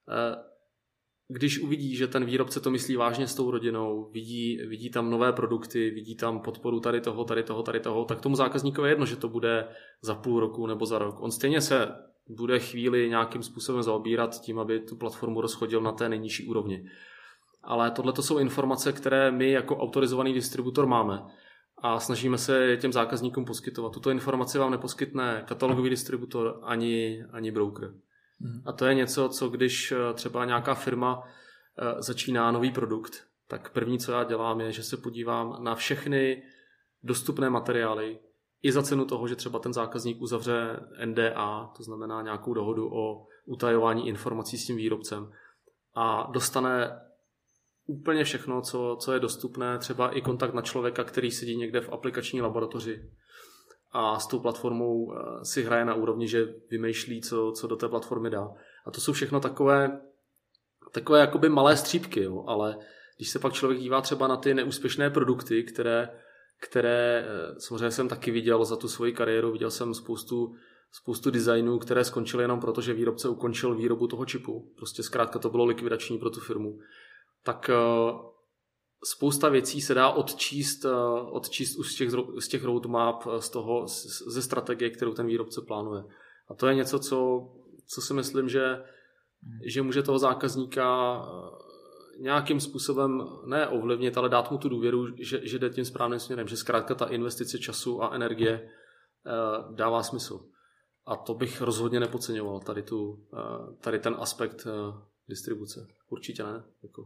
když uvidí, že ten výrobce to myslí vážně s tou rodinou, vidí, vidí tam nové produkty, vidí tam podporu tady toho, tady toho, tady toho, tak tomu zákazníkovi je jedno, že to bude za půl roku nebo za rok. On stejně se bude chvíli nějakým způsobem zaobírat tím, aby tu platformu rozchodil na té nejnižší úrovni. Ale tohle to jsou informace, které my jako autorizovaný distributor máme a snažíme se těm zákazníkům poskytovat. Tuto informaci vám neposkytne katalogový distributor ani, ani broker. A to je něco, co když třeba nějaká firma začíná nový produkt, tak první, co já dělám, je, že se podívám na všechny dostupné materiály i za cenu toho, že třeba ten zákazník uzavře N D A, to znamená nějakou dohodu o utajování informací s tím výrobcem a dostane úplně všechno, co, co je dostupné, třeba i kontakt na člověka, který sedí někde v aplikační laboratoři a s tou platformou si hraje na úrovni, že vymýšlí, co, co do té platformy dá. A to jsou všechno takové, takové jakoby malé střípky, jo. Ale když se pak člověk dívá třeba na ty neúspěšné produkty, které, které samozřejmě jsem taky viděl za tu svoji kariéru, viděl jsem spoustu spoustu designů, které skončily jenom proto, že výrobce ukončil výrobu toho čipu. Prostě zkrátka to bylo likvidační pro tu firmu. Tak spousta věcí se dá odčíst, odčíst už z těch, z těch roadmap, z toho, ze strategie, kterou ten výrobce plánuje. A to je něco, co, co si myslím, že, že může toho zákazníka nějakým způsobem ne ovlivnit, ale dát mu tu důvěru, že, že jde tím správným směrem, že zkrátka ta investice času a energie dává smysl. A to bych rozhodně nepodceňoval, tady, tu, tady ten aspekt distribuce. Určitě ne. Jako.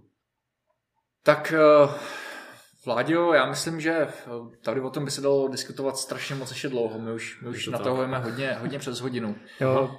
Tak Vláďo, já myslím, že tady o tom by se dalo diskutovat strašně moc ještě dlouho. My už, my už natahujeme hodně, hodně přes hodinu.
Jo.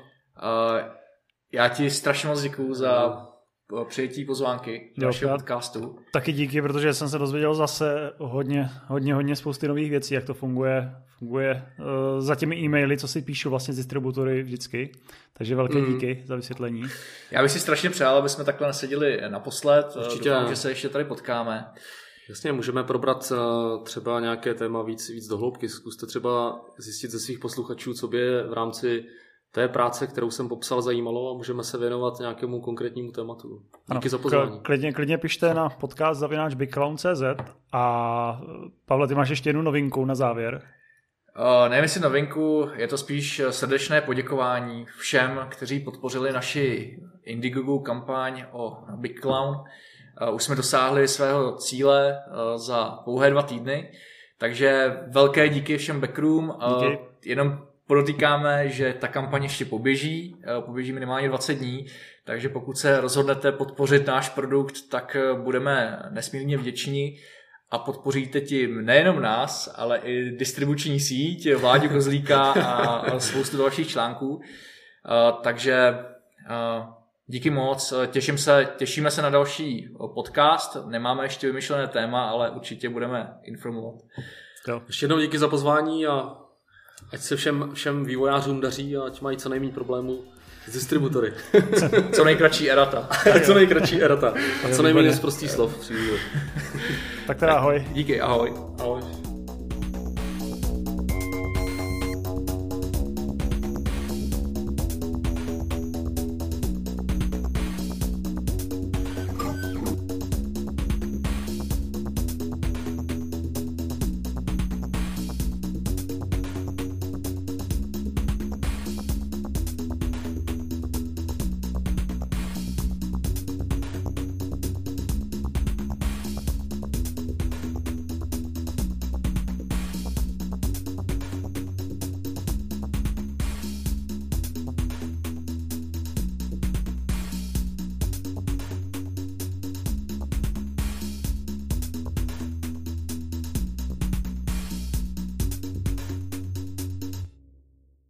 Já ti strašně moc děkuju za přijetí pozvánky do našeho podcastu.
Taky díky, protože jsem se dozvěděl zase hodně, hodně, hodně spousty nových věcí, jak to funguje, funguje uh, za těmi e-maily, co si píšu vlastně z distributory vždycky. Takže velké mm. díky za vysvětlení.
Já bych si strašně přál, aby jsme takhle neseděli naposled.
Určitě.
Doufám, že se ještě tady potkáme.
Jasně, můžeme probrat třeba nějaké téma víc, víc dohloubky. Zkuste třeba zjistit ze svých posluchačů, co by je v rámci té práce, kterou jsem popsal, zajímalo a můžeme se věnovat nějakému konkrétnímu tématu. Díky ano, za pozvání.
Klidně, klidně pište na podcast zavináč bigclown tečka cé zet a Pavle, ty máš ještě jednu novinku na závěr.
Uh, nevím, jestli novinku, je to spíš srdečné poděkování všem, kteří podpořili naši Indiegogo kampaň o BigClown. Uh, už jsme dosáhli svého cíle uh, za pouhé dva týdny, takže velké díky všem backerům. Uh, díky. Jenom podotýkáme, že ta kampaň ještě poběží, poběží minimálně dvacet dní, takže pokud se rozhodnete podpořit náš produkt, tak budeme nesmírně vděční a podpoříte tím nejenom nás, ale i distribuční síť Vláďu Kozlíka a spoustu dalších článků. Takže díky moc, těším se, těšíme se na další podcast, nemáme ještě vymyšlené téma, ale určitě budeme informovat.
Jo. Ještě jednou díky za pozvání a ať se všem, všem vývojářům daří a ať mají co nejméně problémů s distributory.
Co nejkratší erata.
co nejkratší erata. A co nejméně z prostých slov.
Tak teda ahoj.
Díky, ahoj.
Ahoj.